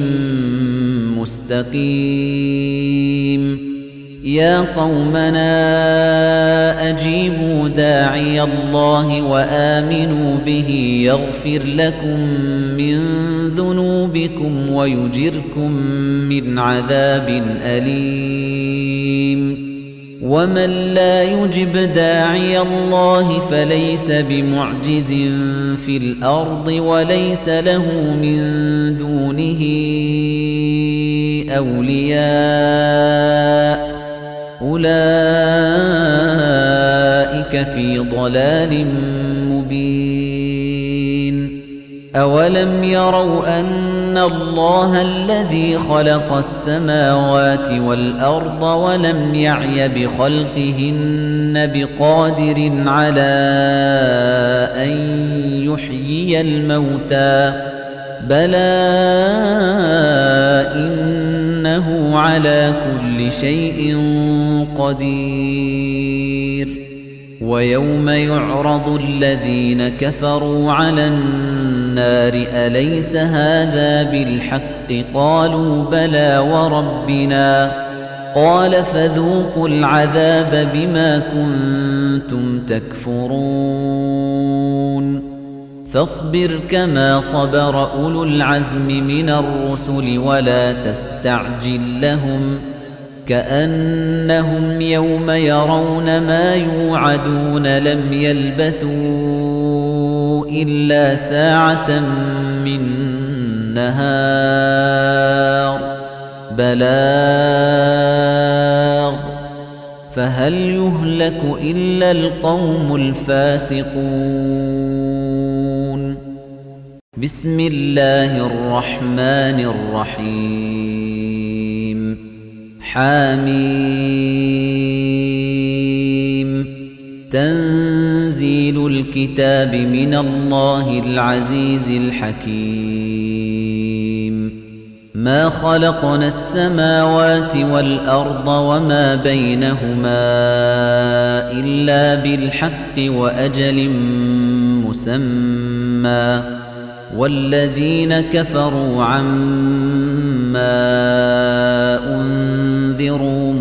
Speaker 1: مُّسْتَقِيمٍ يَا قَوْمَنَا أَجِيبُوا دَاعِيَ اللَّهِ وَآمِنُوا بِهِ يَغْفِرْ لَكُم مِّن ذُنُوبِكُمْ وَيُجِرْكُم مِّنْ عَذَابٍ أَلِيمٍ وَمَن لَّا يُجِبْ دَاعِيَ اللَّهِ فَلَيْسَ بِمُعْجِزٍ فِي الْأَرْضِ وَلَيْسَ لَهُ مِن دُونِهِ أَوْلِيَاءُ أُولَئِكَ فِي ضَلَالٍ مُّبِينٍ أَوَلَمْ يَرَوْا أَنَّ اللَّهَ الَّذِي خَلَقَ السَّمَاوَاتِ وَالْأَرْضَ وَلَمْ يَعْيَ بِخَلْقِهِنَّ بِقَادِرٍ عَلَىٰ أَن يُحْيِيَ الْمَوْتَىٰ بَلَىٰ إِنَّهُ عَلَىٰ كُلِّ شَيْءٍ قَدِيرٌ وَيَوْمَ يُعْرَضُ الَّذِينَ كَفَرُوا عَلَى النَّارِ أَلَيْسَ هَٰذَا بِالْحَقِّ قَالُوا بَلَىٰ وَرَبِّنَا قَالَ فَذُوقُوا الْعَذَابَ بِمَا كُنتُمْ تَكْفُرُونَ فاصبر كما صبر أولو العزم من الرسل ولا تستعجل لهم كأنهم يوم يرون ما يوعدون لم يلبثوا إلا ساعة من نهار بلاغ فهل يهلك إلا القوم الفاسقون بسم الله الرحمن الرحيم حاميم تنزيل الكتاب من الله العزيز الحكيم ما خلقنا السماوات والأرض وما بينهما إلا بالحق وأجل مسمى والذين كفروا عما أنذروا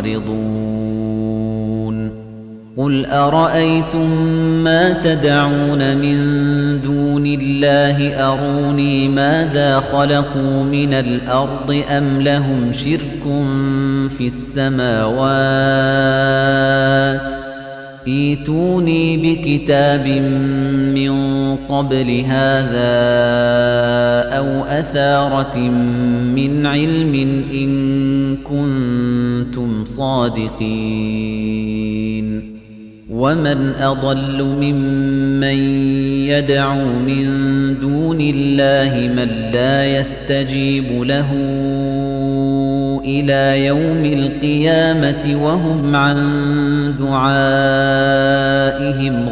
Speaker 1: معرضون قل أرأيتم ما تدعون من دون الله أروني ماذا خلقوا من الأرض أم لهم شرك في السماوات ائتوني بكتاب من قبل هذا أو أثارة من علم إن كنتم صادقين ومن أضل ممن يدعو من دون الله من لا يستجيب له إلى يوم القيامة وهم عن دعائهم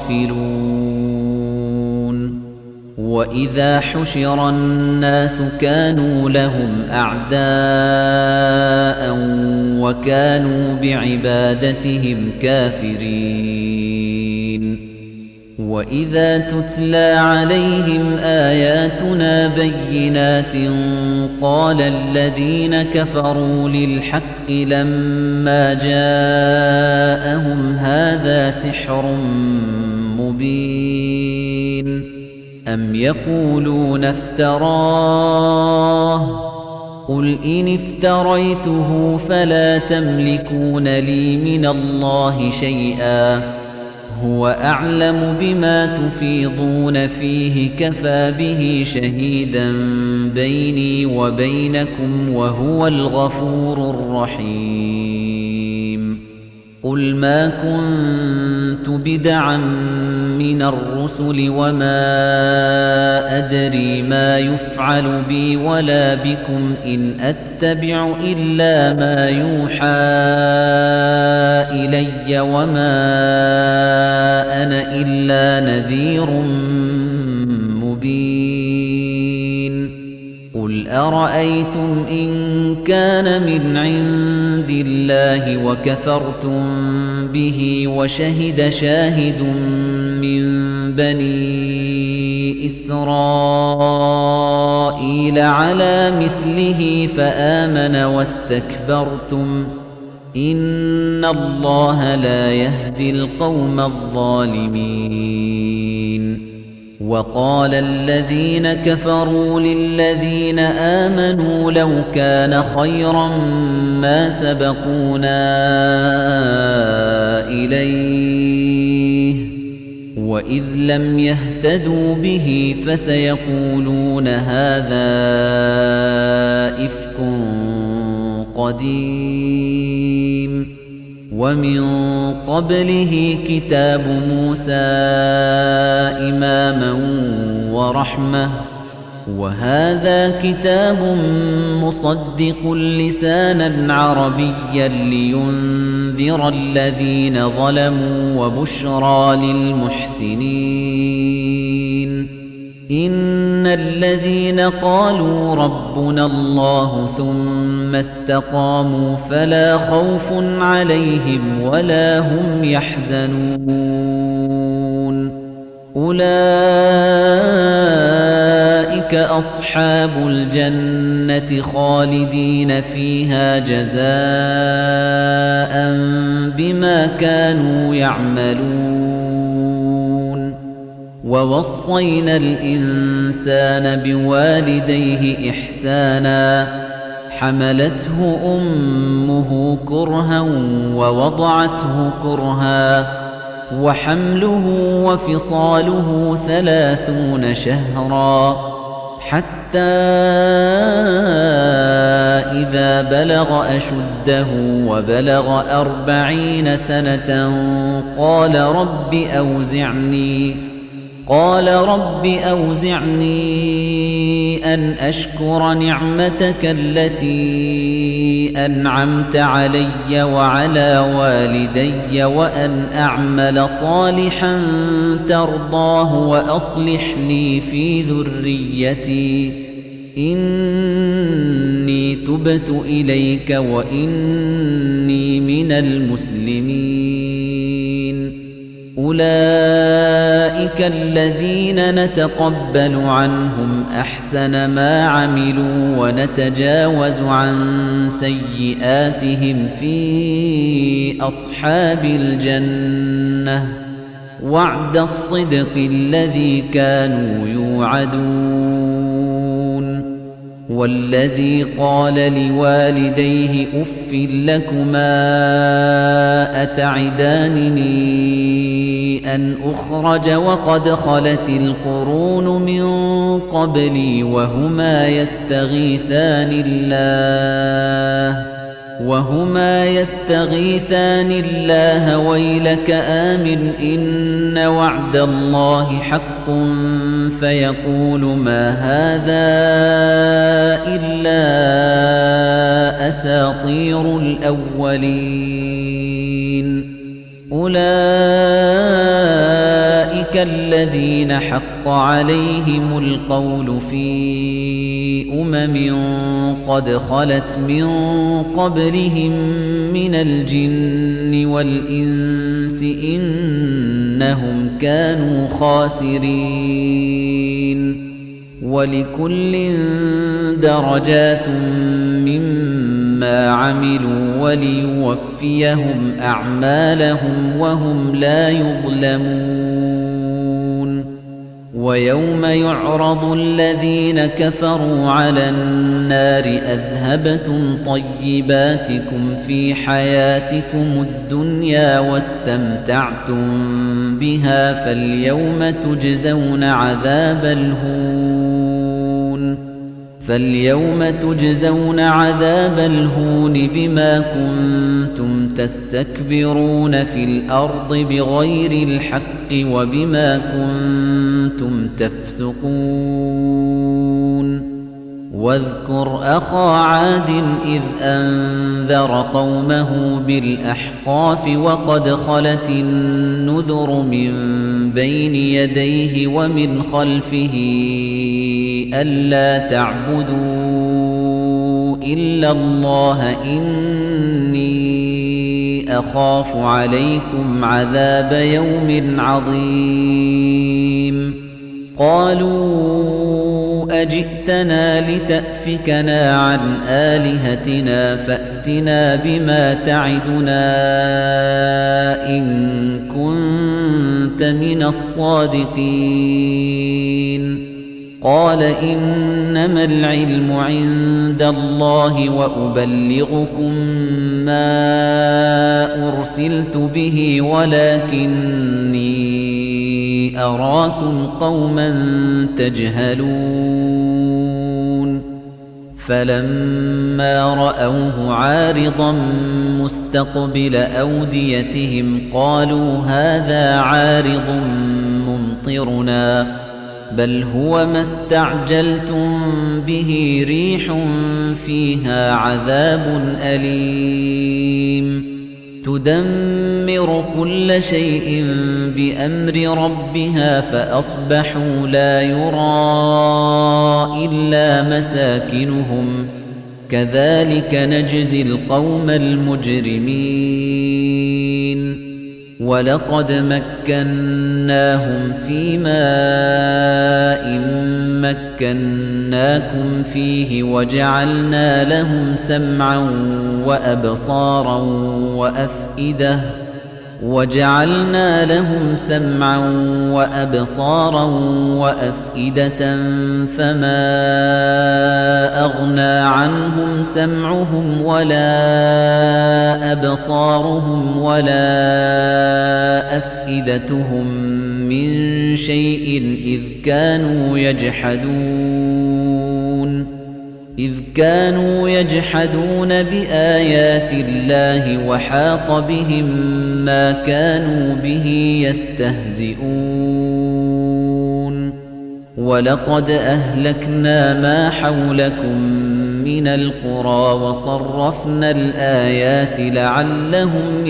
Speaker 1: غافلون وإذا حشر الناس كانوا لهم أعداء وكانوا بعبادتهم كافرين وإذا تتلى عليهم آياتنا بينات قال الذين كفروا للحق لما جاءهم هذا سحر مبين أم يقولون افتراه قل إن افتريته فلا تملكون لي من الله شيئا هو أعلم بما تفيضون فيه كفى به شهيدا بيني وبينكم وهو الغفور الرحيم قل ما كنت بدعا من الرسل وما أدري ما يفعل بي ولا بكم إن أتبع إلا ما يوحى إلي وما أنا إلا نذير مبين قل أرأيتم إن كان من عند الله وكفرتم به وشهد شاهد من بني إسرائيل على مثله فآمن واستكبرتم إن الله لا يهدي القوم الظالمين وقال الذين كفروا للذين آمنوا لو كان خيرا ما سبقونا إليه وإذ لم يهتدوا به فسيقولون هذا إفك قديم ومن قبله كتاب موسى إماما ورحمة وهذا كتاب مصدق لسانا عربيا لينذر الذين ظلموا وبشرى للمحسنين إن الذين قالوا ربنا الله ثم استقاموا فلا خوف عليهم ولا هم يحزنون أولئك أصحاب الجنة خالدين فيها جزاء بما كانوا يعملون ووصينا الإنسان بوالديه إحسانا حملته أمه كرها ووضعته كرها وحمله وفصاله ثلاثون شهرا حتى إذا بلغ أشده وبلغ أربعين سنة قال رب أوزعني قال رب أوزعني أن أشكر نعمتك التي أنعمت علي وعلى والدي وأن أعمل صالحا ترضاه وأصلح لي في ذريتي إني تبت إليك وإني من المسلمين أولئك الذين نتقبل عنهم أحسن ما عملوا ونتجاوز عن سيئاتهم في أصحاب الجنة وعد الصدق الذي كانوا يوعدون والذي قال لوالديه أف لكما أتعدانني أن أخرج وقد خلت القرون من قبلي وهما يستغيثان الله وهما يستغيثان الله ويلك آمن إن وعد الله حق فيقول ما هذا إلا أساطير الأولين أولئك الذين حق عليهم القول في أمم قد خلت من قبلهم من الجن والإنس إنهم كانوا خاسرين ولكل درجات مما عملوا وليوفيهم أعمالهم وهم لا يظلمون ويوم يعرض الذين كفروا على النار أذهبتم طيباتكم في حياتكم الدنيا واستمتعتم بها فاليوم تجزون عذاب الهون فاليوم تجزون عذاب الهون بما كنتم تستكبرون في الأرض بغير الحق وبما كنتم تفسقون واذكر أخا عاد إذ أنذر قومه بالأحقاف وقد خلت النذر من بين يديه ومن خلفه ألا تعبدوا إلا الله إني أخاف عليكم عذاب يوم عظيم قالوا أجئتنا لتأفكنا عن آلهتنا فأتنا بما تعدنا إن كنت من الصادقين قال إنما العلم عند الله وأبلغكم ما أرسلت به ولكني أراكم قوما تجهلون فلما رأوه عارضا مستقبل أوديتهم قالوا هذا عارض ممطرنا بل هو ما استعجلتم به ريح فيها عذاب أليم تدمر كل شيء بأمر ربها فأصبحوا لا يرى إلا مساكنهم كذلك نجزي القوم المجرمين ولقد مكناهم في ماء مكناكم فيه وجعلنا لهم سمعا وأبصارا وأفئدة وجعلنا لهم سمعا وأبصارا وأفئدة فما أغنى عنهم سمعهم ولا أبصارهم ولا أفئدتهم من شيء إذ كانوا يجحدون إذ كانوا يجحدون بآيات الله وحاق بهم ما كانوا به يستهزئون ولقد أهلكنا ما حولكم من القرى وصرفنا الآيات لعلهم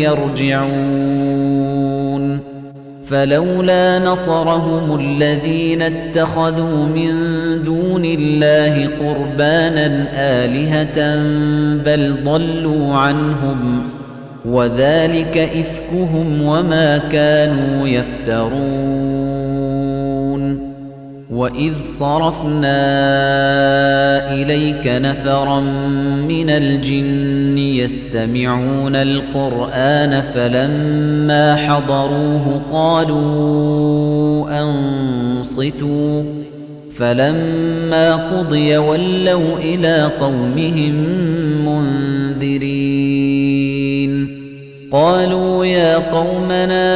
Speaker 1: يرجعون فلولا نصرهم الذين اتخذوا من دون الله قربانا آلهة بل ضلوا عنهم وذلك إفكهم وما كانوا يفترون وإذ صرفنا إليك نفرا من الجن يستمعون القرآن فلما حضروه قالوا أنصتوا فلما قضي ولوا إلى قومهم منذرين قالوا يا قومنا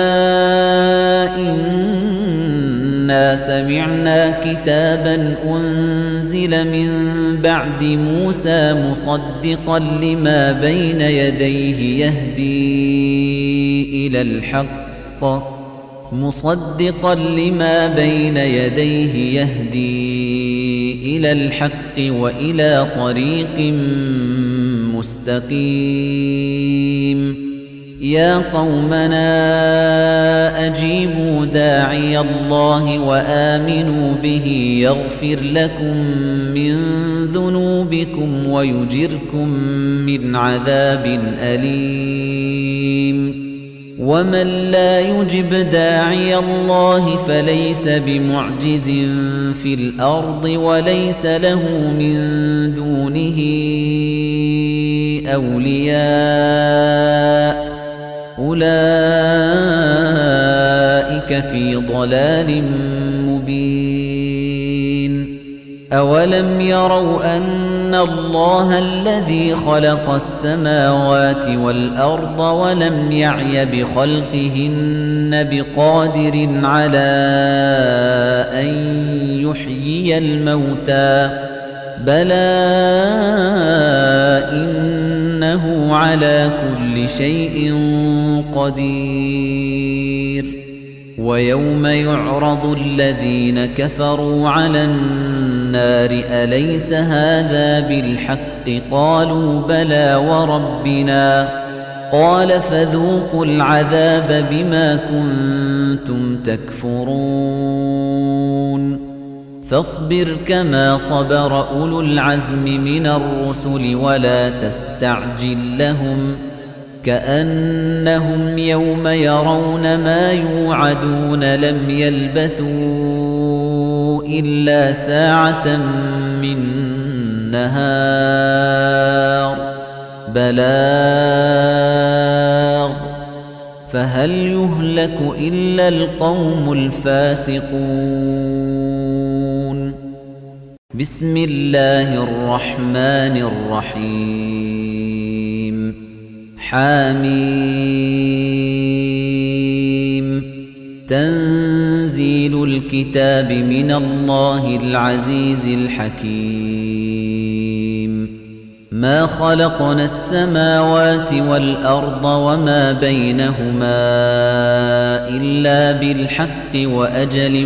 Speaker 1: إنا سمعنا كتابا أنزل من بعد موسى مصدقا لما بين يديه يهدي إلى الحق مصدقا لما بين يديه يهدي إلى الحق وإلى طريق مستقيم يا قومنا أجيبوا داعي الله وآمنوا به يغفر لكم من ذنوبكم ويجركم من عذاب أليم ومن لا يجب داعي الله فليس بمعجز في الأرض وليس له من دونه أولياء أولئك في ضلال مبين أولم يروا أن الله الذي خلق السماوات والأرض ولم يعي بخلقهن بقادر على أن يحيي الموتى بلى إنه على كل شيء قدير ويوم يعرض الذين كفروا على النار أليس هذا بالحق قالوا بلى وربنا قال فذوقوا العذاب بما كنتم تكفرون فاصبر كما صبر أولو العزم من الرسل ولا تستعجل لهم كأنهم يوم يرون ما يوعدون لم يلبثوا إلا ساعة من نهار بلاغ فهل يهلك إلا القوم الفاسقون بسم الله الرحمن الرحيم حميم تنزيل الكتاب من الله العزيز الحكيم ما خلقنا السماوات والأرض وما بينهما إلا بالحق وأجل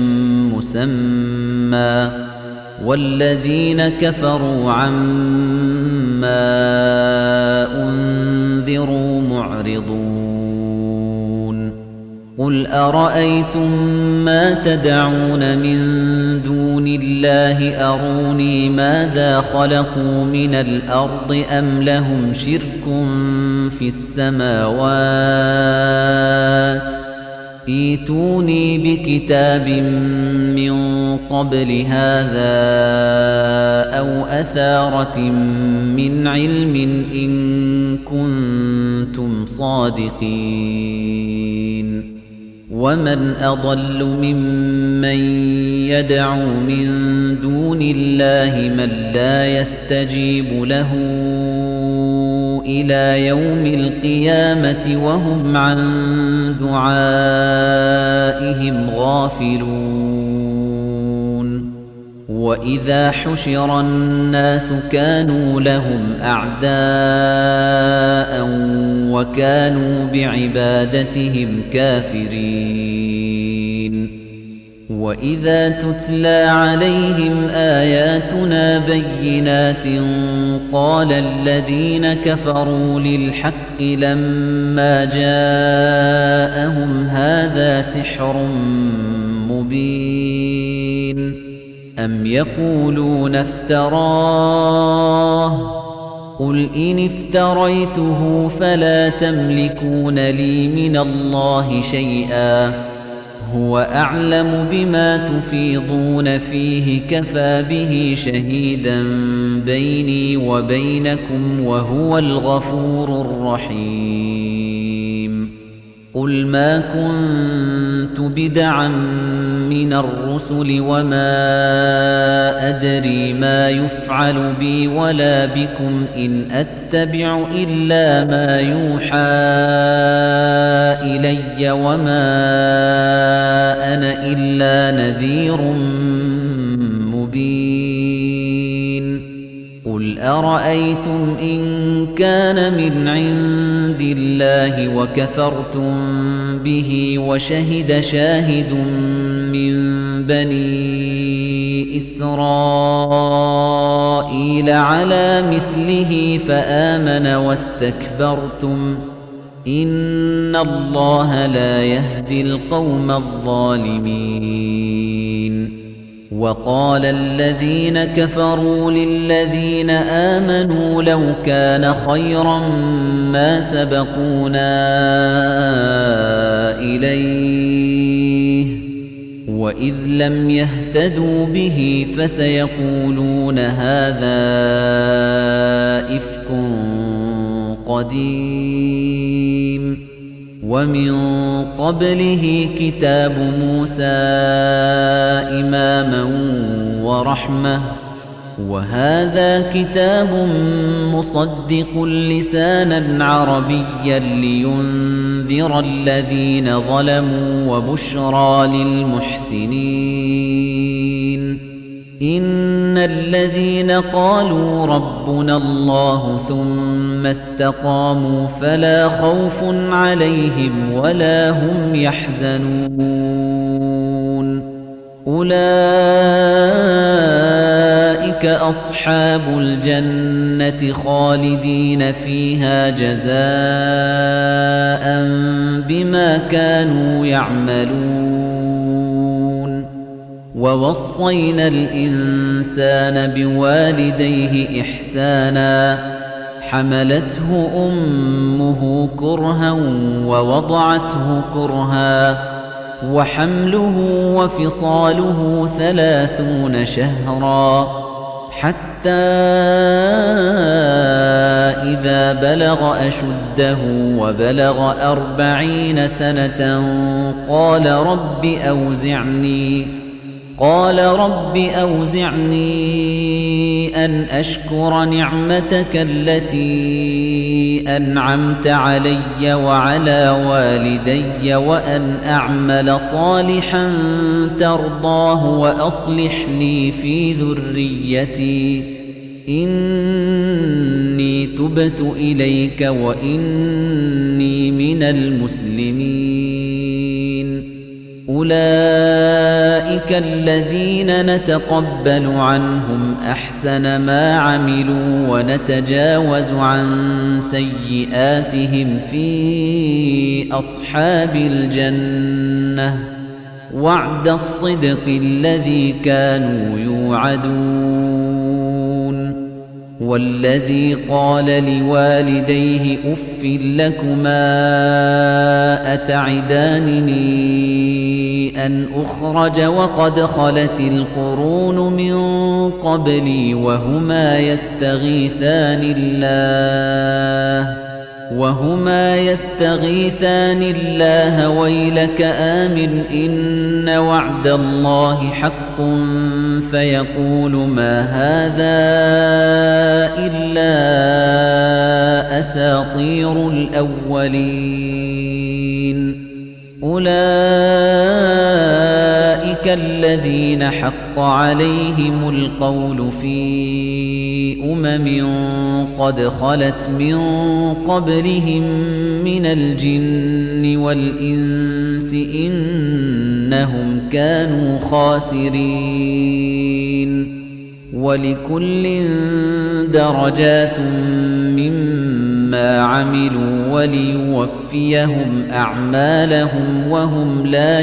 Speaker 1: مسمى والذين كفروا عما أنذروا معرضون قل أرأيتم ما تدعون من دون الله أروني ماذا خلقوا من الأرض أم لهم شرك في السماوات ايتوني بكتاب من قبل هذا أو أثارة من علم إن كنتم صادقين ومن أضل ممن يدعو من دون الله من لا يستجيب له إلى يوم القيامة وهم عن دعائهم غافلون وإذا حشر الناس كانوا لهم أعداء وكانوا بعبادتهم كافرين وإذا تتلى عليهم آياتنا بينات قال الذين كفروا للحق لما جاءهم هذا سحر مبين أم يقولون افتراه قل إن افتريته فلا تملكون لي من الله شيئا هو أعلم بما تفيضون فيه كفى به شهيدا بيني وبينكم وهو الغفور الرحيم قُلْ مَا كُنتُ بِدْعًا مِنَ الرُّسُلِ وَمَا أَدْرِي مَا يُفْعَلُ بِي وَلَا بِكُمْ إِنْ أَتَّبِعُ إِلَّا مَا يُوحَىٰ إِلَيَّ وَمَا أَنَا إِلَّا نَذِيرٌ مُّبِينٌ قُلْ أَرَأَيْتُمْ إِن كَانَ مِنْ عِندِ اللَّهِ وَكَفَرْتُم بِهِ وَشَهِدَ شَاهِدٌ مِّن بَنِي إِسْرَائِيلَ عَلَىٰ مِثْلِهِ فَآمَنَ وَاسْتَكْبَرْتُمْ إِنَّ اللَّهَ لَا يَهْدِي الْقَوْمَ الظَّالِمِينَ وَقَالَ الَّذِينَ كَفَرُوا لِلَّذِينَ آمَنُوا لَوْ كَانَ خَيْرًا مَّا سَبَقُونَا إِلَيْهِ وَإِذْ لَمْ يَهْتَدُوا بِهِ فَسَيَقُولُونَ هَٰذَا إِفْكٌ قَدِيمٌ وَمِن قَبْلِهِ كِتَابُ مُوسَىٰ إِمَامًا وَرَحْمَةً وَهَٰذَا كِتَابٌ مُّصَدِّقٌ لِّسَانًا عَرَبِيًّا لِّيُنذِرَ الَّذِينَ ظَلَمُوا وَبُشْرَىٰ لِلْمُحْسِنِينَ إِنَّ الَّذِينَ قَالُوا رَبُّنَا اللَّهُ ثُمَّ اسْتَقَامُوا فَلَا خَوْفٌ عَلَيْهِمْ وَلَا هُمْ يَحْزَنُونَ أُولَٰئِكَ أَصْحَابُ الْجَنَّةِ خَالِدِينَ فِيهَا جَزَاءً بِمَا كَانُوا يَعْمَلُونَ وَوَصَّيْنَا الْإِنسَانَ بِوَالِدَيْهِ إِحْسَانًا حَمَلَتْهُ أُمُّهُ كُرْهًا وَوَضَعَتْهُ كُرْهًا وَحَمْلُهُ وَفِصَالُهُ ثَلَاثُونَ شَهْرًا حَتَّى إِذَا بَلَغَ أَشُدَّهُ وَبَلَغَ أَرْبَعِينَ سَنَةً قَالَ رَبِّ أَوْزِعْنِي قال رب أوزعني أن أشكر نعمتك التي أنعمت علي وعلى والدي وأن أعمل صالحا ترضاه وأصلح لي في ذريتي إني تبت إليك وإني من المسلمين أولئك الذين نتقبل عنهم أحسن ما عملوا ونتجاوز عن سيئاتهم في أصحاب الجنة وعد الصدق الذي كانوا يوعدون والذي قال لوالديه أف لكما أتعدانني أن أخرج وقد خلت القرون من قبلي وهما يستغيثان الله وهما يستغيثان الله ويلك آمن إن وعد الله حق فيقول ما هذا إلا أساطير الأولين أولئك الذين حق عليهم القول في أمم قد خلت من قبلهم من الجن والإنس إنهم كانوا خاسرين ولكل درجات مما عملوا وليوفيهم أعمالهم وهم لا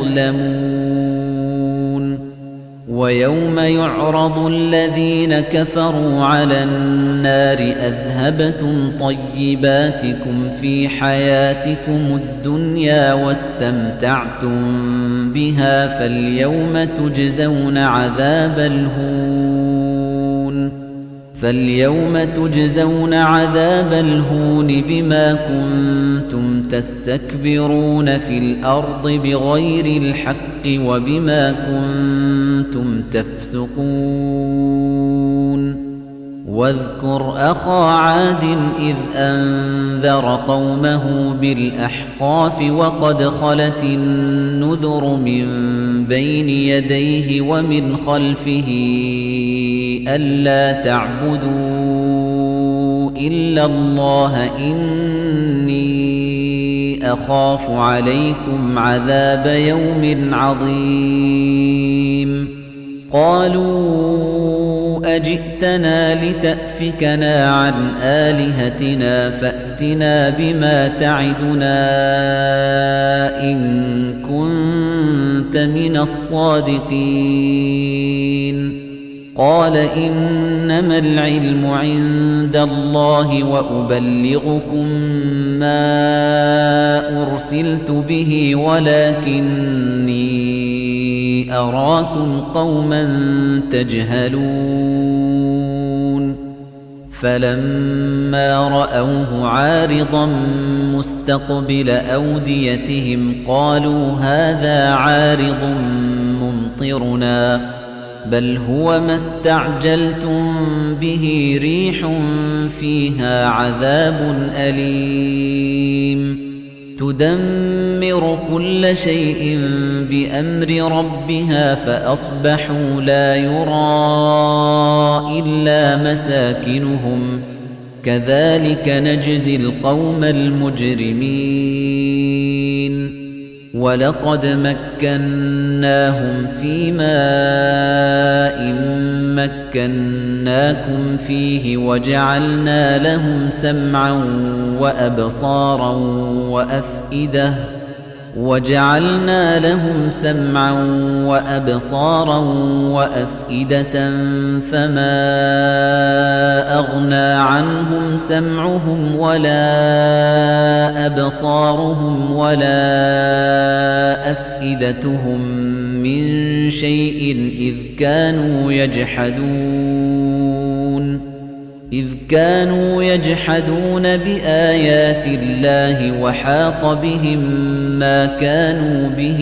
Speaker 1: يظلمون ويوم يعرض الذين كفروا على النار أذهبتم طيباتكم في حياتكم الدنيا واستمتعتم بها فاليوم تجزون عذاب الهون فاليوم تجزون عذاب الهون بما كنتم تستكبرون في الأرض بغير الحق وبما كنتم تفسقون واذكر أخا عاد إذ أنذر قومه بالأحقاف وقد خلت النذر من بين يديه ومن خلفه ألا تعبدوا إلا الله إني أخاف عليكم عذاب يوم عظيم قالوا أجئتنا لتأفكنا عن آلهتنا فأتنا بما تعدنا إن كنت من الصادقين قال إنما العلم عند الله وأبلغكم ما أرسلت به ولكني أراكم قوما تجهلون فلما رأوه عارضا مستقبل أوديتهم قالوا هذا عارض ممطرنا بل هو ما استعجلتم به ريح فيها عذاب أليم تدمر كل شيء بأمر ربها فأصبحوا لا يرى إلا مساكنهم كذلك نجزي القوم المجرمين ولقد مكناهم في ماء مكناكم فيه وجعلنا لهم سمعا وأبصارا وأفئدة وجعلنا لهم سمعا وأبصارا وأفئدة فما أغنى عنهم سمعهم ولا أبصارهم ولا أفئدتهم من شيء إذ كانوا يجحدون إذ كانوا يجحدون بآيات الله وحاق بهم ما كانوا به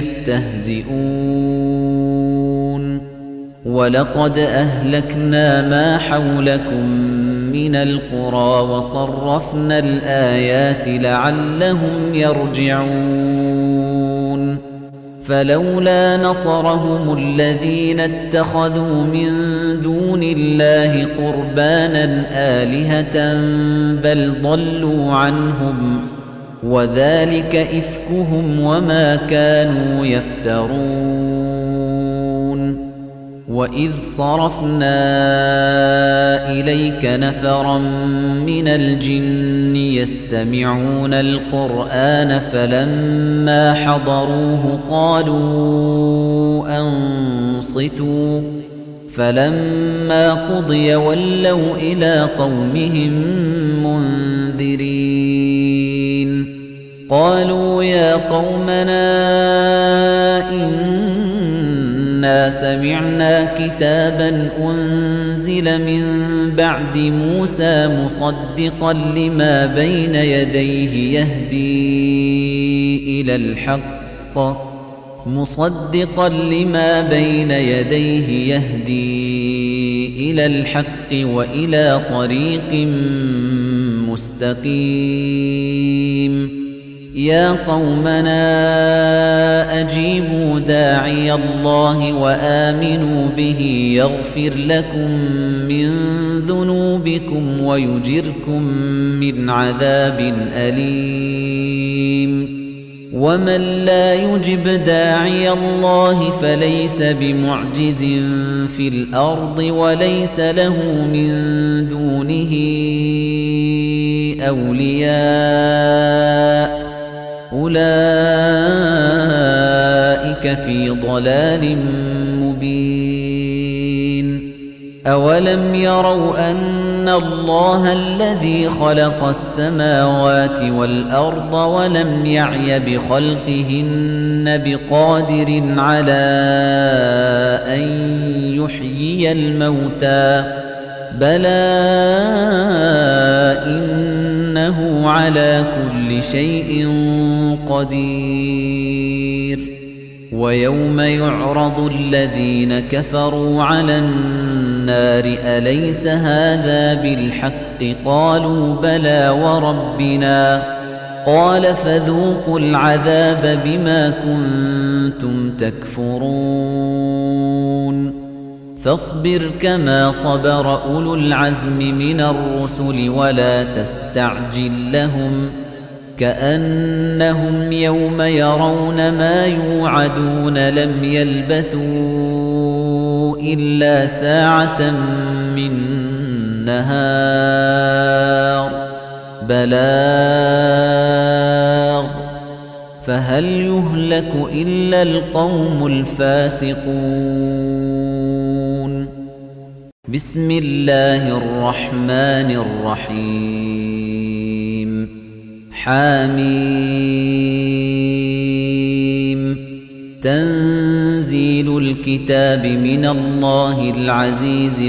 Speaker 1: يستهزئون ولقد أهلكنا ما حولكم من القرى وصرفنا الآيات لعلهم يرجعون فلولا نصرهم الذين اتخذوا من دون الله قربانا آلهة بل ضلوا عنهم وذلك إفكهم وما كانوا يفترون وإذ صرفنا إليك نفرا من الجن يستمعون القرآن فلما حضروه قالوا أنصتوا فلما قضي ولوا إلى قومهم منذرين قالوا يا قومنا إنا سمعنا كتابا أنزل من بعد موسى مصدقا لما بين يديه يهدي إلى الحق مصدقا لما بين يديه يهدي إلى الحق وإلى طريق مستقيم يا قومنا أجيبوا داعي الله وآمنوا به يغفر لكم من ذنوبكم ويجركم من عذاب أليم ومن لا يجب داعي الله فليس بمعجز في الأرض وليس له من دونه أولياء أولئك في ضلال مبين أولم يروا أن الله الذي خلق السماوات والأرض ولم يعي بخلقهن بقادر على أن يحيي الموتى بلى إنه على كل شيء قدير ويوم يعرض الذين كفروا على النار أليس هذا بالحق قالوا بلى وربنا قال فذوقوا العذاب بما كنتم تكفرون فاصبر كما صبر أولو العزم من الرسل ولا تستعجل لهم كأنهم يوم يرون ما يوعدون لم يلبثوا إلا ساعة من نهار بلاغ فهل يهلك إلا القوم الفاسقون بسم الله الرحمن الرحيم حميم تنزيل الكتاب من الله العزيز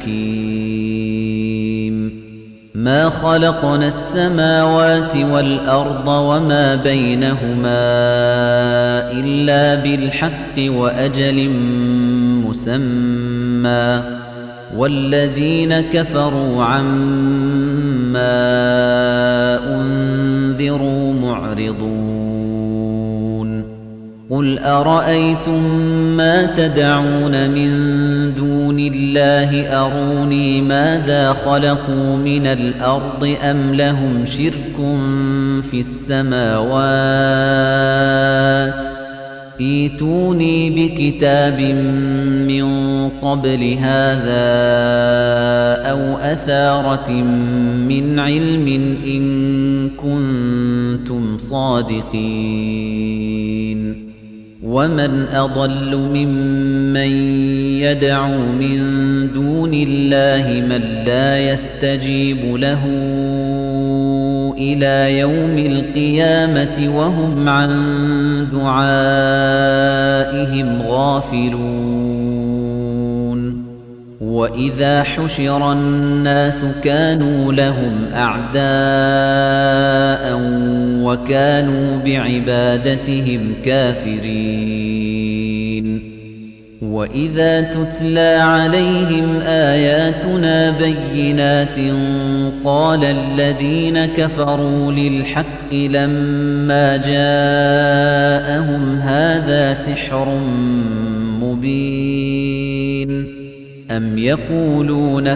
Speaker 1: الحكيم ما خلقنا السماوات والأرض وما بينهما إلا بالحق وأجل مسمى والذين كفروا عما أنذروا معرضون قل أرأيتم ما تدعون من دون الله أروني ماذا خلقوا من الأرض أم لهم شرك في السماوات ايتوني بكتاب من قبل هذا أو أثارة من علم إن كنتم صادقين ومن أضل ممن يدعو من دون الله من لا يستجيب له إلى يوم القيامة وهم عن دعائهم غافلون وإذا حشر الناس كانوا لهم أعداء وكانوا بعبادتهم كافرين وإذا تتلى عليهم آياتنا بينات قال الذين كفروا للحق لما جاءهم هذا سحر مبين أم يقولون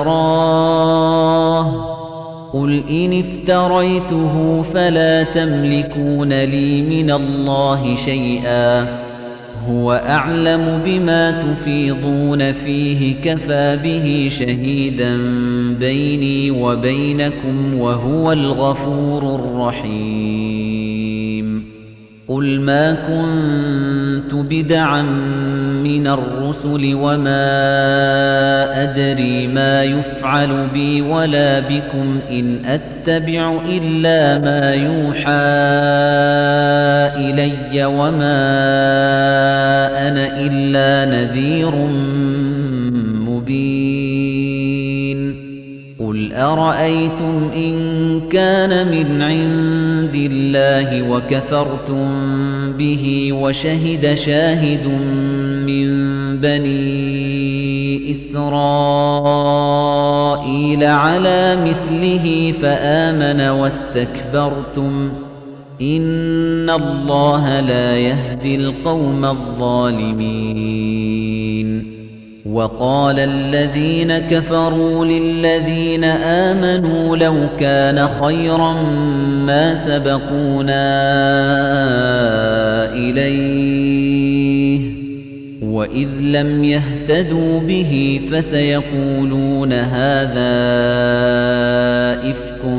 Speaker 1: افتراه قل إن افتريته فلا تملكون لي من الله شيئا هو أعلم بما تفيضون فيه كفى به شهيدا بيني وبينكم وهو الغفور الرحيم قل ما كنت بدعا من الرسل وما أدري ما يفعل بي ولا بكم إن أتبع إلا ما يوحى إلي وما أنا إلا نذير مبين قل أرأيتم إن كان من عند الله وكفرتم به وشهد شاهد من بني إسرائيل على مثله فآمن واستكبرتم إن الله لا يهدي القوم الظالمين وقال الذين كفروا للذين آمنوا لو كان خيرا ما سبقونا إليه وإذ لم يهتدوا به فسيقولون هذا إفك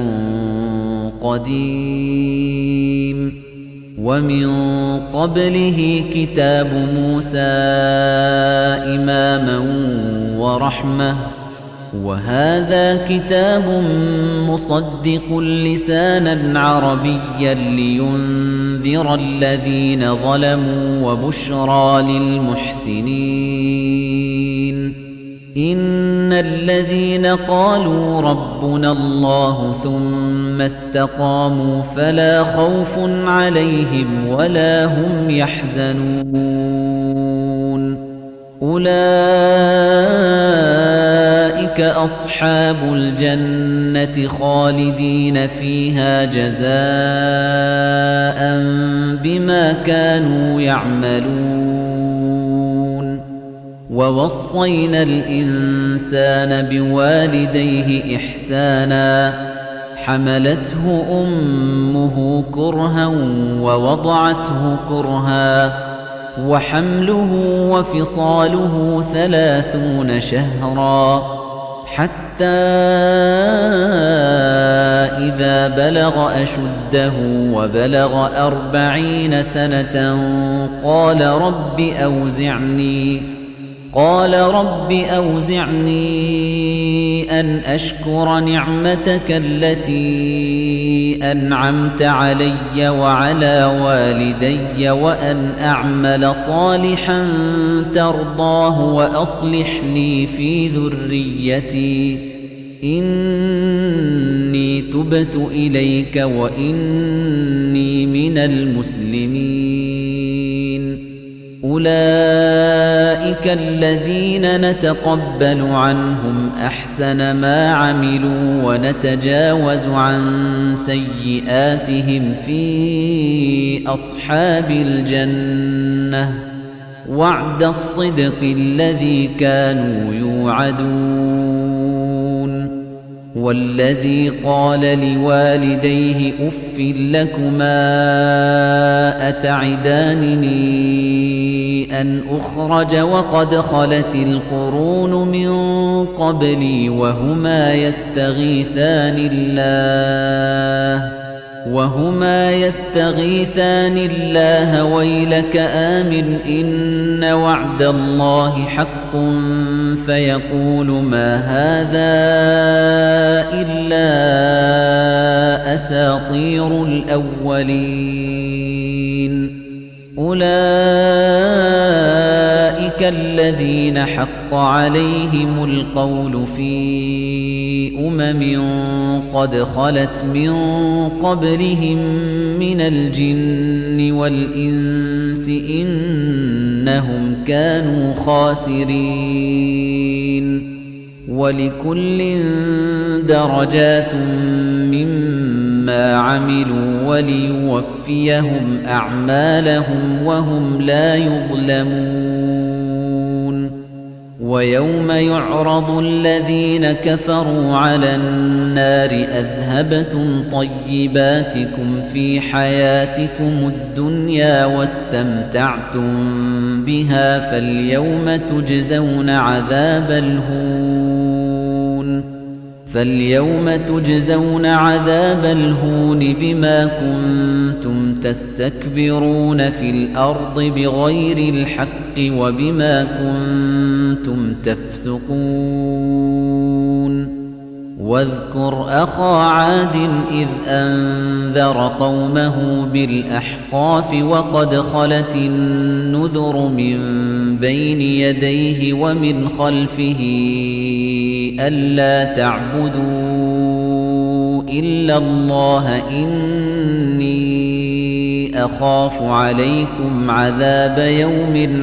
Speaker 1: قديم ومن قبله كتاب موسى إماما ورحمة وهذا كتاب مصدق لسانا عربيا لينذر الذين ظلموا وبشرى للمحسنين إن الذين قالوا ربنا الله ثم استقاموا فلا خوف عليهم ولا هم يحزنون أولئك أصحاب الجنة خالدين فيها جزاء بما كانوا يعملون ووصينا الإنسان بوالديه إحسانا حملته أمه كرها ووضعته كرها وحمله وفصاله ثلاثون شهرا حتى إذا بلغ أشده وبلغ أربعين سنة قال رب أوزعني قال رب أوزعني أن أشكر نعمتك التي أنعمت علي وعلى والدي وأن أعمل صالحا ترضاه وأصلح لي في ذريتي إني تبت إليك وإني من المسلمين أولئك الذين نتقبل عنهم أحسن ما عملوا ونتجاوز عن سيئاتهم في أصحاب الجنة وعد الصدق الذي كانوا يوعدون والذي قال لوالديه أف لكما أتعدانني أن أخرج وقد خلت القرون من قبلي وهما يستغيثان الله وهما يستغيثان الله ويلك آمن إن وعد الله حق فيقول ما هذا إلا أساطير الأولين أولئك الذين حق عليهم القول في أمم قد خلت من قبلهم من الجن والإنس إنهم كانوا خاسرين ولكل درجات مما عملوا وليوفيهم أعمالهم وهم لا يظلمون ويوم يعرض الذين كفروا على النار أذهبتم طيباتكم في حياتكم الدنيا واستمتعتم بها فاليوم تجزون عذاب الهون فاليوم تجزون عذاب الهون بما كنتم تستكبرون في الأرض بغير الحق وبما كنتم تفسقون واذكر أخا عاد إذ أنذر قومه بالأحقاف وقد خلت النذر من بين يديه ومن خلفه ألا تعبدوا إلا الله إني أخاف عليكم عذاب يوم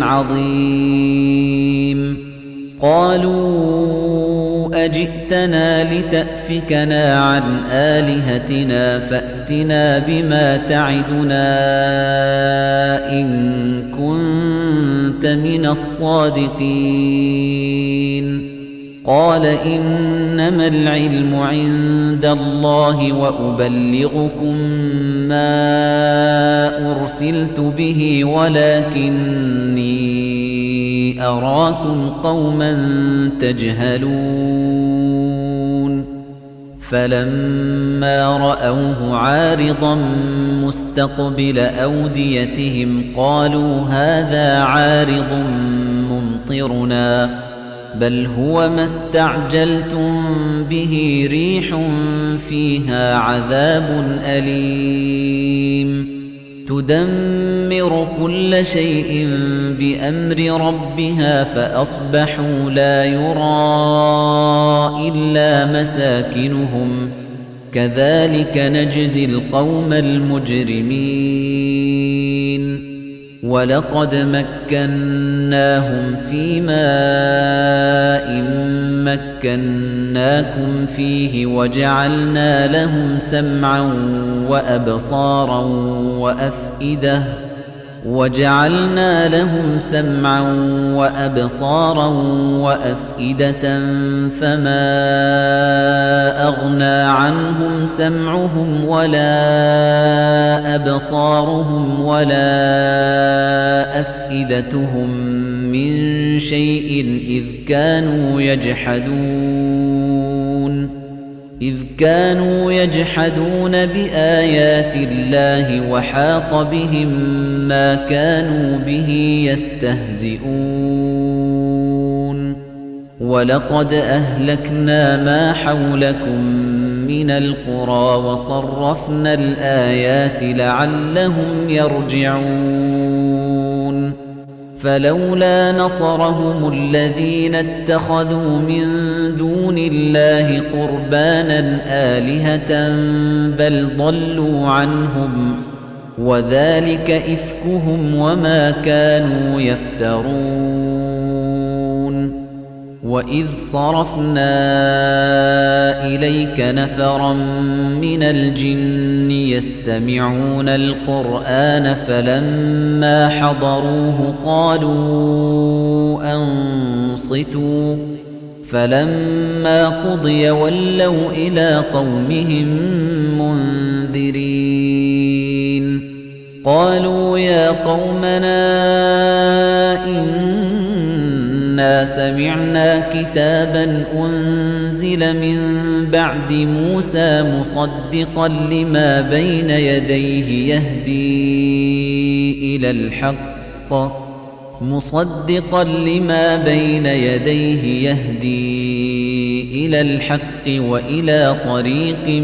Speaker 1: عظيم قالوا أجئتنا لتأفكنا عن آلهتنا فأتنا بما تعدنا إن كنت من الصادقين قال إنما العلم عند الله وأبلغكم ما أرسلت به ولكني أراكم قوما تجهلون فلما رأوه عارضا مستقبل أوديتهم قالوا هذا عارض ممطرنا بل هو ما استعجلتم به ريح فيها عذاب أليم تدمر كل شيء بأمر ربها فأصبحوا لا يرى إلا مساكنهم كذلك نجزي القوم المجرمين ولقد مكناهم في ماء مكناكم فيه وجعلنا لهم سمعا وأبصارا وأفئدة وجعلنا لهم سمعا وأبصارا وأفئدة فما أغنى عنهم سمعهم ولا أبصارهم ولا أفئدتهم من شيء إذ كانوا يجحدون إذ كانوا يجحدون بآيات الله وحاق بهم ما كانوا به يستهزئون ولقد أهلكنا ما حولكم من القرى وصرفنا الآيات لعلهم يرجعون فلولا نصرهم الذين اتخذوا من دون الله قربانا آلهة بل ضلوا عنهم وذلك إفكهم وما كانوا يفترون وإذ صرفنا إليك نفرا من الجن يستمعون القرآن فلما حضروه قالوا أنصتوا فلما قضي ولوا إلى قومهم منذرين قالوا يا قومنا إنا سمعنا كتابا أنزل من بعد موسى مصدقا لما بين يديه يهدي إلى الحق مصدقا لما بين يديه يهدي إلى الحق وإلى طريق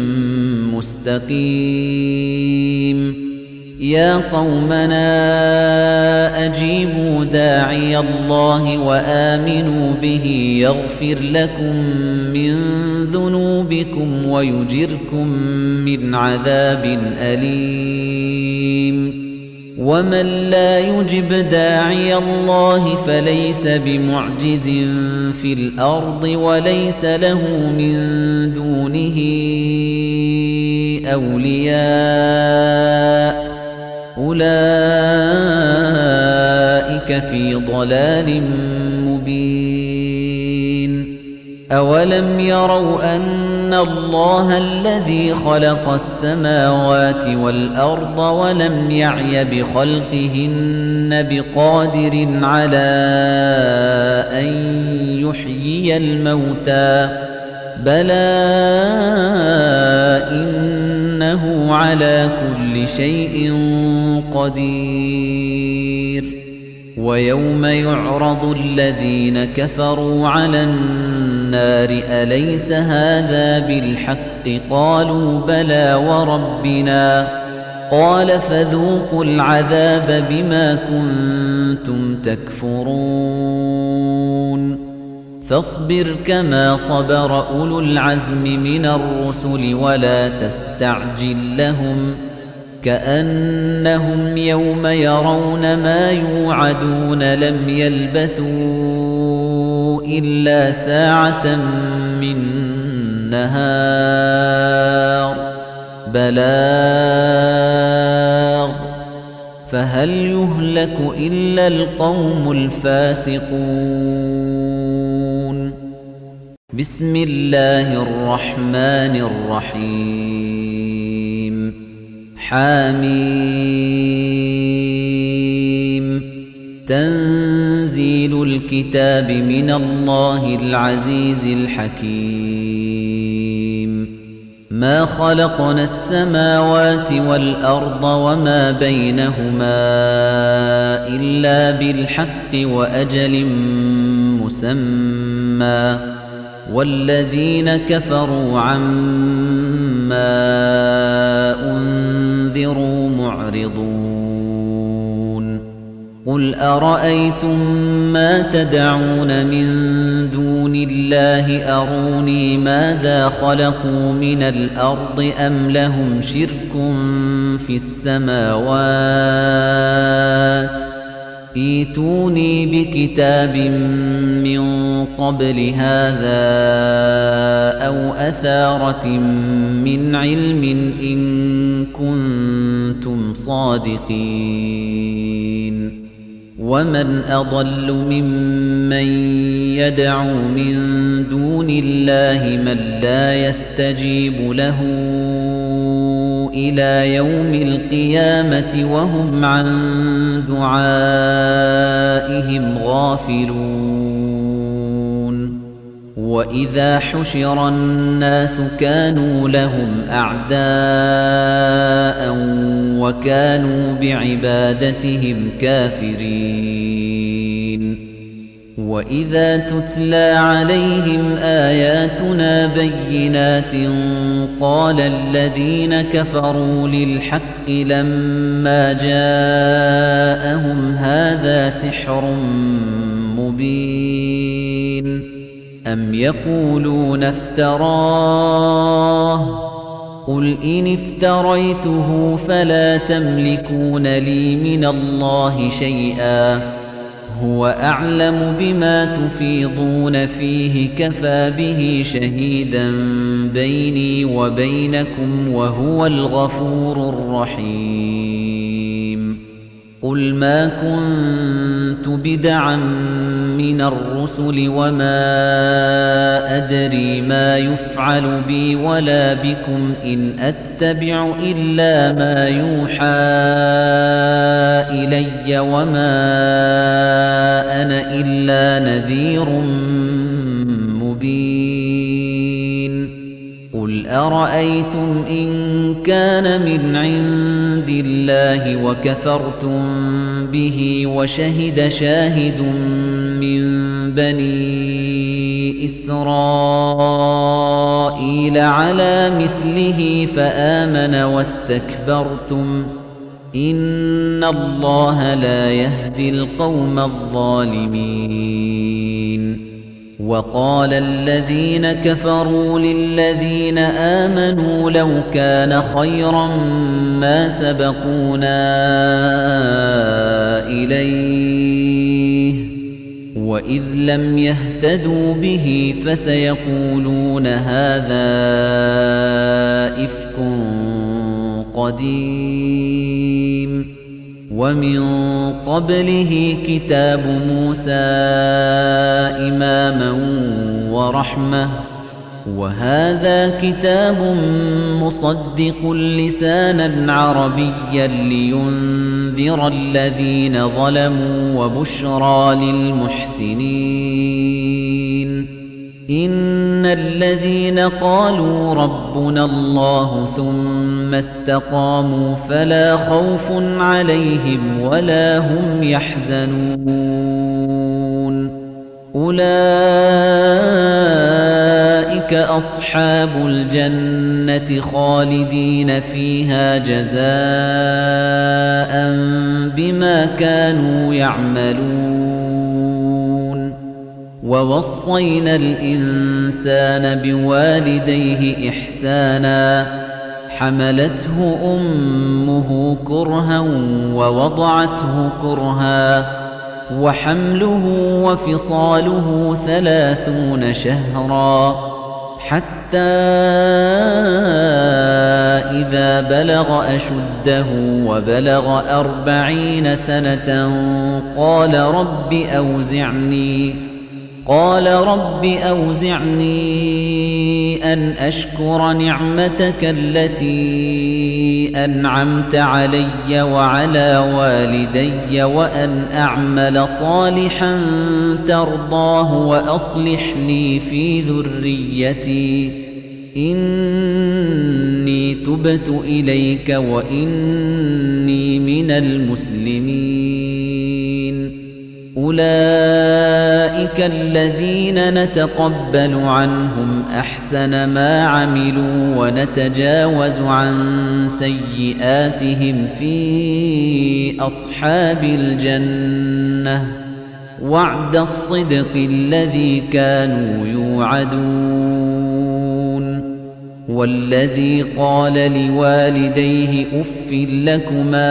Speaker 1: مستقيم يا قومنا أجيبوا داعي الله وآمنوا به يغفر لكم من ذنوبكم ويجركم من عذاب أليم ومن لا يجب داعي الله فليس بمعجز في الأرض وليس له من دونه أولياء أولئك في ضلال مبين أولم يروا أن الله الذي خلق السماوات والأرض ولم يعي بخلقهن بقادر على أن يحيي الموتى بلى إنه على كل شيء قدير ويوم يعرض الذين كفروا على النار أليس هذا بالحق قالوا بلى وربنا قال فذوقوا العذاب بما كنتم تكفرون فاصبر كما صبر أولو العزم من الرسل ولا تستعجل لهم كأنهم يوم يرون ما يوعدون لم يلبثوا إلا ساعة من نهار بلاغ فهل يهلك إلا القوم الفاسقون بسم الله الرحمن الرحيم حميم تنزيل الكتاب من الله العزيز الحكيم ما خلقنا السماوات والأرض وما بينهما إلا بالحق وأجل مسمى والذين كفروا عما أنذروا لينذروا معرضون قل أرأيتم ما تدعون من دون الله أروني ماذا خلقوا من الأرض أم لهم شرك في السماوات ائتوني بكتاب من قبل هذا أو أثارة من علم إن كنتم صادقين ومن أضل ممن يدعو من دون الله من لا يستجيب له إلى يوم القيامة وهم عن دعائهم غافلون وإذا حشر الناس كانوا لهم أعداء وكانوا بعبادتهم كافرين وإذا تتلى عليهم آياتنا بينات قال الذين كفروا للحق لما جاءهم هذا سحر مبين أم يقولون افتراه قل إن افتريته فلا تملكون لي من الله شيئا هو أعلم بما تفيضون فيه كفى به شهيدا بيني وبينكم وهو الغفور الرحيم قل ما كنت بدعا من الرسل وما أدري ما يفعل بي ولا بكم إن أتبع إلا ما يوحى إلي وما أنا إلا نذير مبين قل أرأيتم إن كان من عند الله وكفرتم به وشهد شاهد من بني إسرائيل على مثله فآمن واستكبرتم إن الله لا يهدي القوم الظالمين وقال الذين كفروا للذين آمنوا لو كان خيرا ما سبقونا إليه وإذ لم يهتدوا به فسيقولون هذا إفك قديم ومن قبله كتاب موسى إماما ورحمة وهذا كتاب مصدق لسانا عربيا لينذر الذين ظلموا وبشرى للمحسنين إن الذين قالوا ربنا الله ثم استقاموا فلا خوف عليهم ولا هم يحزنون أولئك أصحاب الجنة خالدين فيها جزاء بما كانوا يعملون ووصينا الإنسان بوالديه إحسانا حملته أمه كرها ووضعته كرها وحمله وفصاله ثلاثون شهرا حتى إذا بلغ أشده وبلغ أربعين سنة قال رب أوزعني قال رب أوزعني أن أشكر نعمتك التي أنعمت علي وعلى والدي وأن أعمل صالحا ترضاه وأصلح لي في ذريتي إني تبت إليك وإني من المسلمين أولئك الذين نتقبل عنهم أحسن ما عملوا ونتجاوز عن سيئاتهم في أصحاب الجنة وعد الصدق الذي كانوا يوعدون والذي قال لوالديه أف لكما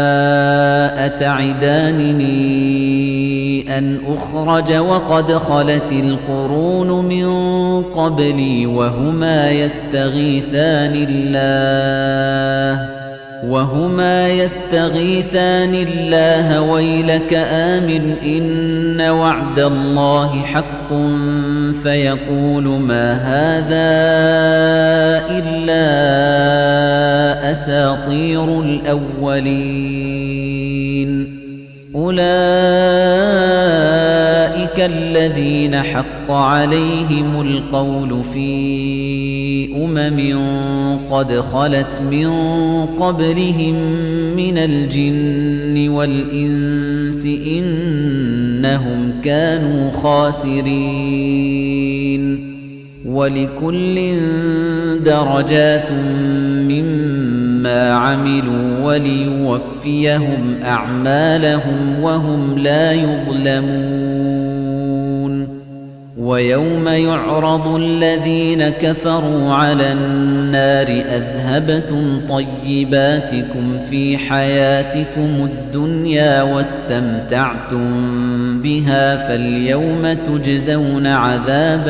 Speaker 1: أتعدانني أن أخرج وقد خلت القرون من قبلي وهما يستغيثان الله وهما يستغيثان الله ويلك آمن إن وعد الله حق فيقول ما هذا إلا أساطير الأولين أولئك الذين حق عليهم القول في أمم قد خلت من قبلهم من الجن والإنس إنهم كانوا خاسرين ولكل درجات مما عملوا وليوفيهم أعمالهم وهم لا يظلمون ويوم يعرض الذين كفروا على النار أذهبتم طيباتكم في حياتكم الدنيا واستمتعتم بها فاليوم تجزون عذاب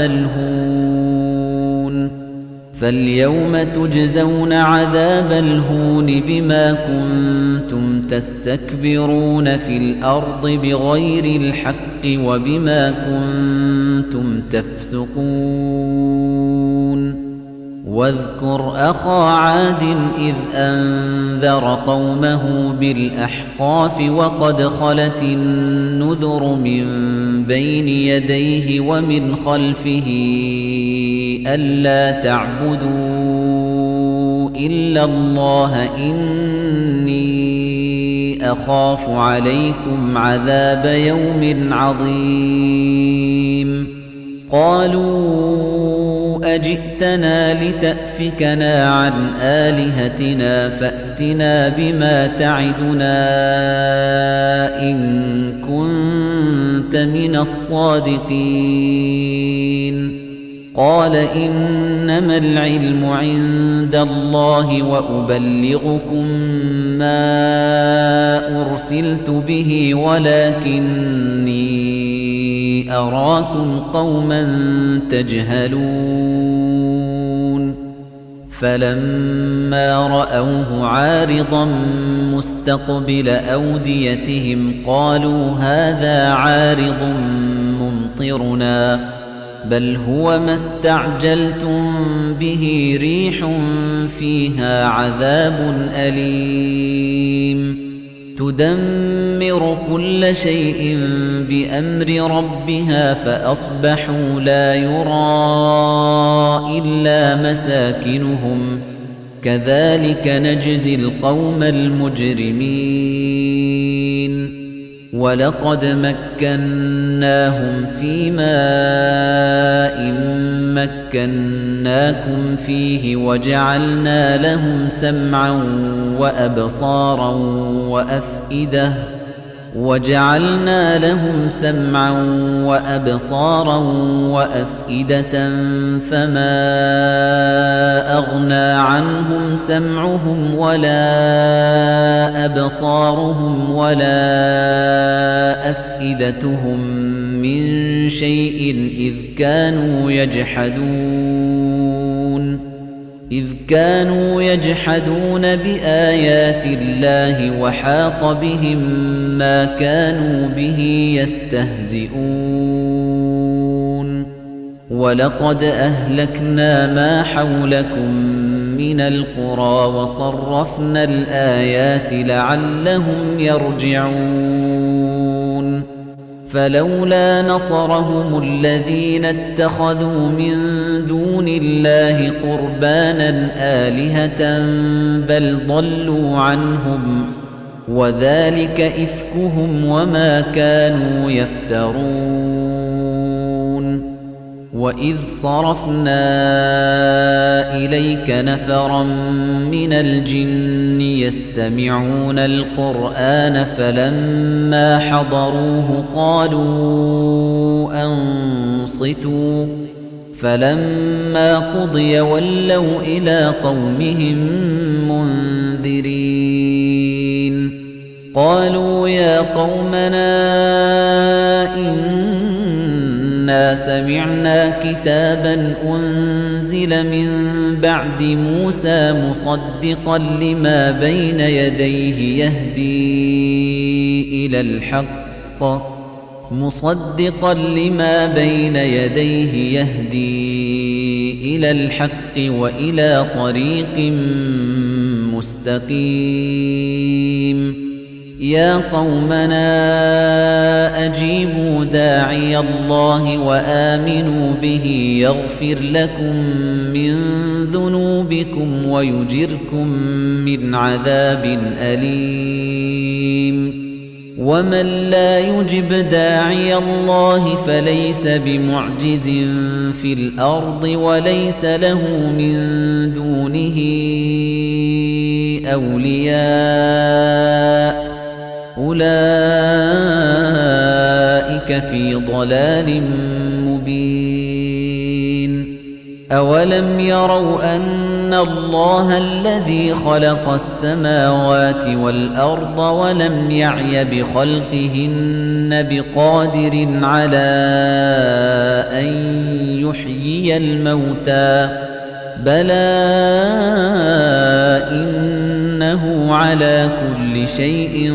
Speaker 1: الهون فاليوم تجزون عذاب الهون بما كنتم تستكبرون في الأرض بغير الحق وبما كنتم تفسقون واذكر أخا عاد إذ أنذر قومه بالأحقاف وقد خلت النذر من بين يديه ومن خلفه ألا تعبدوا إلا الله إني أخاف عليكم عذاب يوم عظيم قالوا أجئتنا لتأفكنا عن آلهتنا فأتنا بما تعدنا إن كنت من الصادقين قال إنما العلم عند الله وأبلغكم ما أرسلت به ولكني أراكم قوما تجهلون فلما رأوه عارضا مستقبل أوديتهم قالوا هذا عارض ممطرنا بل هو ما استعجلتم به ريح فيها عذاب أليم تدمر كل شيء بأمر ربها فأصبحوا لا يرى إلا مساكنهم كذلك نجزي القوم المجرمين ولقد مكناهم في ماء مكناكم فيه وجعلنا لهم سمعا وأبصارا وأفئدة وجعلنا لهم سمعا وأبصارا وأفئدة فما أغنى عنهم سمعهم ولا أبصارهم ولا أفئدتهم من شيء إذ كانوا يجحدون إذ كانوا يجحدون بآيات الله وحاق بهم ما كانوا به يستهزئون ولقد أهلكنا ما حولكم من القرى وصرفنا الآيات لعلهم يرجعون فلولا نصرهم الذين اتخذوا من دون الله قربانا آلهة بل ضلوا عنهم وذلك إفكهم وما كانوا يفترون وإذ صرفنا إليك نفرا من الجن يستمعون القرآن فلما حضروه قالوا أنصتوا فلما قضي ولوا إلى قومهم منذرين قالوا يا قومنا إنا سمعنا كتابا أنزل من بعد موسى مصدقا لما بين يديه يهدي إلى الحق مصدقا لما بين يديه يهدي إلى الحق وإلى طريق مستقيم يا قومنا أجيبوا داعي الله وآمنوا به يغفر لكم من ذنوبكم ويجركم من عذاب أليم ومن لا يجب داعي الله فليس بمعجز في الأرض وليس له من دونه أولياء أولئك في ضلال مبين أولم يروا أن الله الذي خلق السماوات والأرض ولم يعي بخلقهن بقادر على أن يحيي الموتى بلى إنه على كل شيء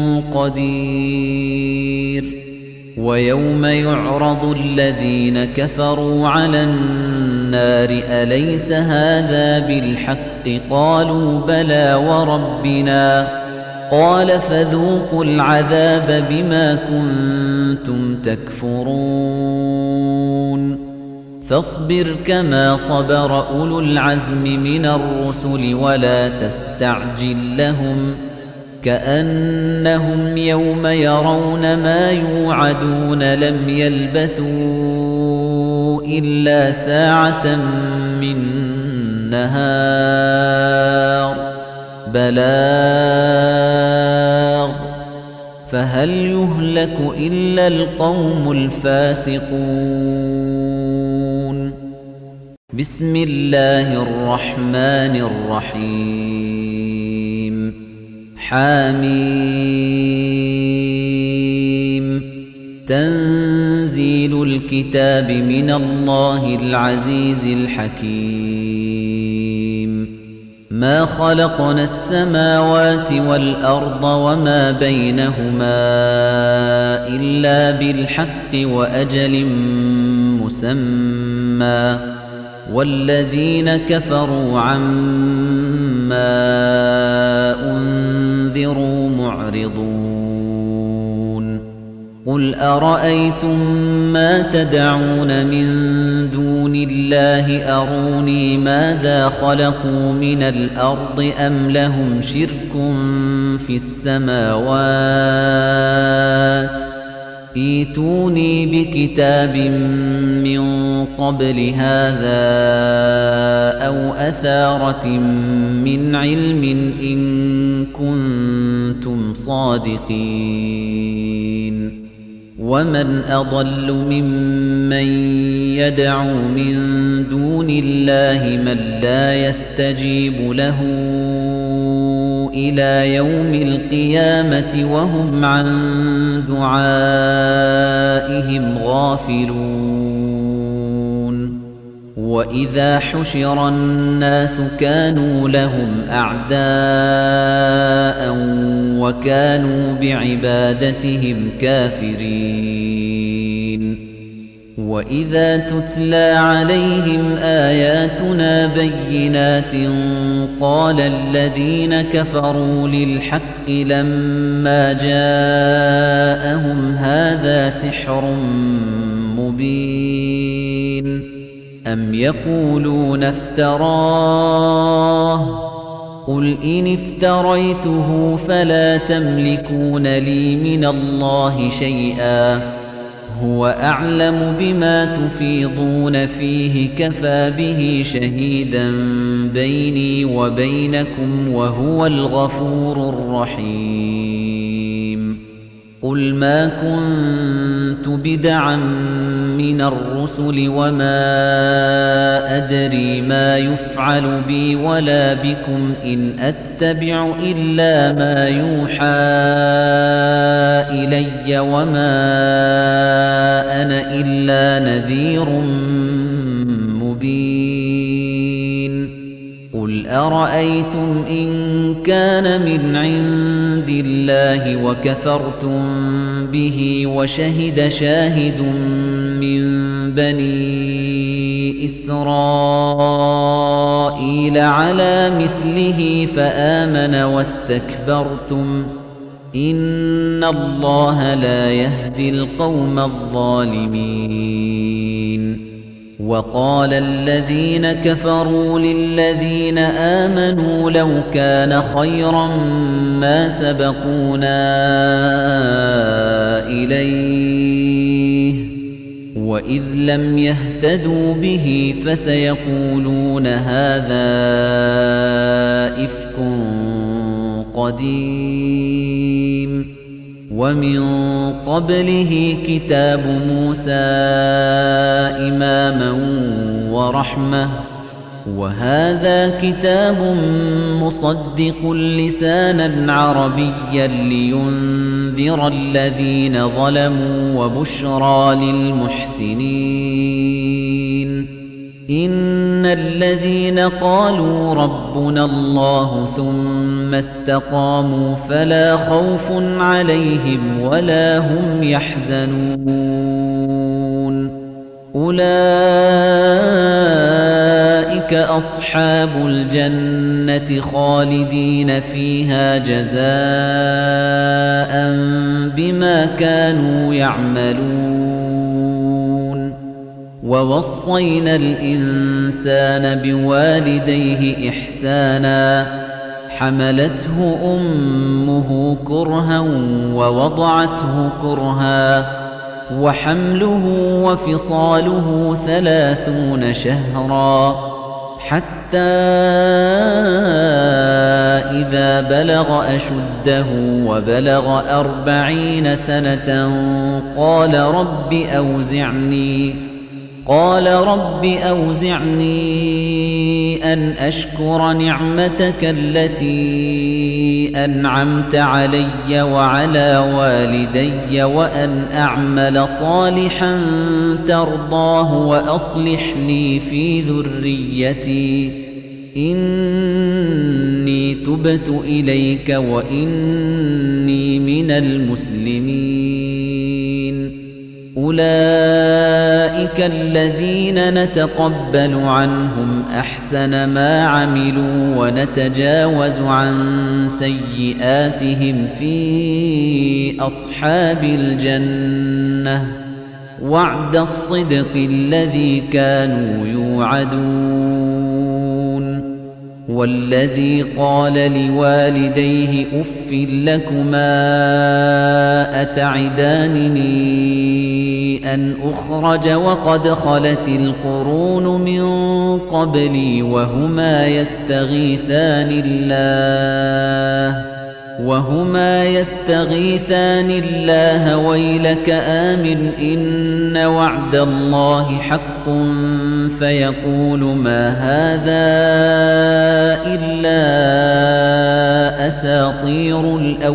Speaker 1: قدير ويوم يعرض الذين كفروا على النار أليس هذا بالحق قالوا بلى وربنا قال فذوقوا العذاب بما كنتم تكفرون فاصبر كما صبر أولو العزم من الرسل ولا تستعجل لهم كأنهم يوم يرون ما يوعدون لم يلبثوا إلا ساعة من نهار بلاغ فهل يهلك إلا القوم الفاسقون بسم الله الرحمن الرحيم حميم تنزيل الكتاب من الله العزيز الحكيم ما خلقنا السماوات والأرض وما بينهما إلا بالحق وأجل مسمى والذين كفروا عما أنذروا معرضون قل أرأيتم ما تدعون من دون الله أروني ماذا خلقوا من الأرض أم لهم شرك في السماوات ايتوني بكتاب من قبل هذا أو أثارة من علم إن كنتم صادقين ومن أضل ممن يدعو من دون الله من لا يستجيب له إلى يوم القيامة وهم عن دعائهم غافلون وإذا حشر الناس كانوا لهم أعداء وكانوا بعبادتهم كافرين وإذا تتلى عليهم آياتنا بينات قال الذين كفروا للحق لما جاءهم هذا سحر مبين أم يقولون افتراه قُلْ إِنِ افْتَرَيْتُهُ فَلَا تَمْلِكُونَ لِي مِنَ اللَّهِ شَيْئًا هُوَ أَعْلَمُ بِمَا تُفِيضُونَ فِيهِ كَفَى بِهِ شَهِيدًا بَيْنِي وَبَيْنَكُمْ وَهُوَ الْغَفُورُ الرَّحِيمُ قُلْ مَا كُنتُ بِدْعًا مِنَ الرُّسُلِ وَمَا أَدْرِي مَا يُفْعَلُ بِي وَلَا بِكُمْ إِنْ أَتَّبِعُ إِلَّا مَا يُوحَى إِلَيَّ وَمَا أَنَا إِلَّا نَذِيرٌ مُبِينٌ قُلْ أَرَأَيْتُمْ إِن كَانَ مِنْ عِندِ اللَّهِ وَكَفَرْتُم بِهِ وَشَهِدَ شَاهِدٌ مِّن بَنِي إِسْرَائِيلَ عَلَى مِثْلِهِ فَآمَنَ وَاسْتَكْبَرْتُمْ إِنَّ اللَّهَ لَا يَهْدِي الْقَوْمَ الظَّالِمِينَ وَقَالَ الَّذِينَ كَفَرُوا لِلَّذِينَ آمَنُوا لَوْ كَانَ خَيْرًا مَا سَبَقُونَا إِلَيْهِ وَإِذْ لَمْ يَهْتَدُوا بِهِ فَسَيَقُولُونَ هَذَا إِفْكٌ قَدِيمٌ وَمِن قَبْلِهِ كِتَابُ مُوسَى إِمَامًا وَرَحْمَةً وَهَذَا كِتَابٌ مُصَدِّقٌ لِسَانًا عَرَبِيًّا لِيُنذِرَ الَّذِينَ ظَلَمُوا وَبُشْرَى لِلْمُحْسِنِينَ إِنَّ الَّذِينَ قَالُوا رَبُّنَا اللَّهُ ثُمَّ اسْتَقَامُوا فَلَا خَوْفٌ عَلَيْهِمْ وَلَا هُمْ يَحْزَنُونَ أُولَئِكَ أَصْحَابُ الْجَنَّةِ خَالِدِينَ فِيهَا جَزَاءً بِمَا كَانُوا يَعْمَلُونَ وَوَصَّيْنَا الْإِنسَانَ بِوَالِدَيْهِ إِحْسَانًا حَمَلَتْهُ أُمُّهُ كُرْهًا وَوَضَعَتْهُ كُرْهًا وَحَمْلُهُ وَفِصَالُهُ ثَلَاثُونَ شَهْرًا حَتَّى إِذَا بَلَغَ أَشُدَّهُ وَبَلَغَ أَرْبَعِينَ سَنَةً قَالَ رَبِّ أَوْزِعْنِي قال رب أوزعني أن أشكر نعمتك التي أنعمت علي وعلى والدي وأن أعمل صالحا ترضاه وأصلح لي في ذريتي إني تبت إليك وإني من المسلمين أولئك الذين نتقبل عنهم أحسن ما عملوا ونتجاوز عن سيئاتهم في أصحاب الجنة وعد الصدق الذي كانوا يوعدون والذي قال لوالديه أف لكما أتعدانني أن أخرج وقد خلت القرون من قبلي وهما يستغيثان الله وهما يستغيثان الله ويلك آمن إن وعد الله حق فيقول ما هذا إلا أساطير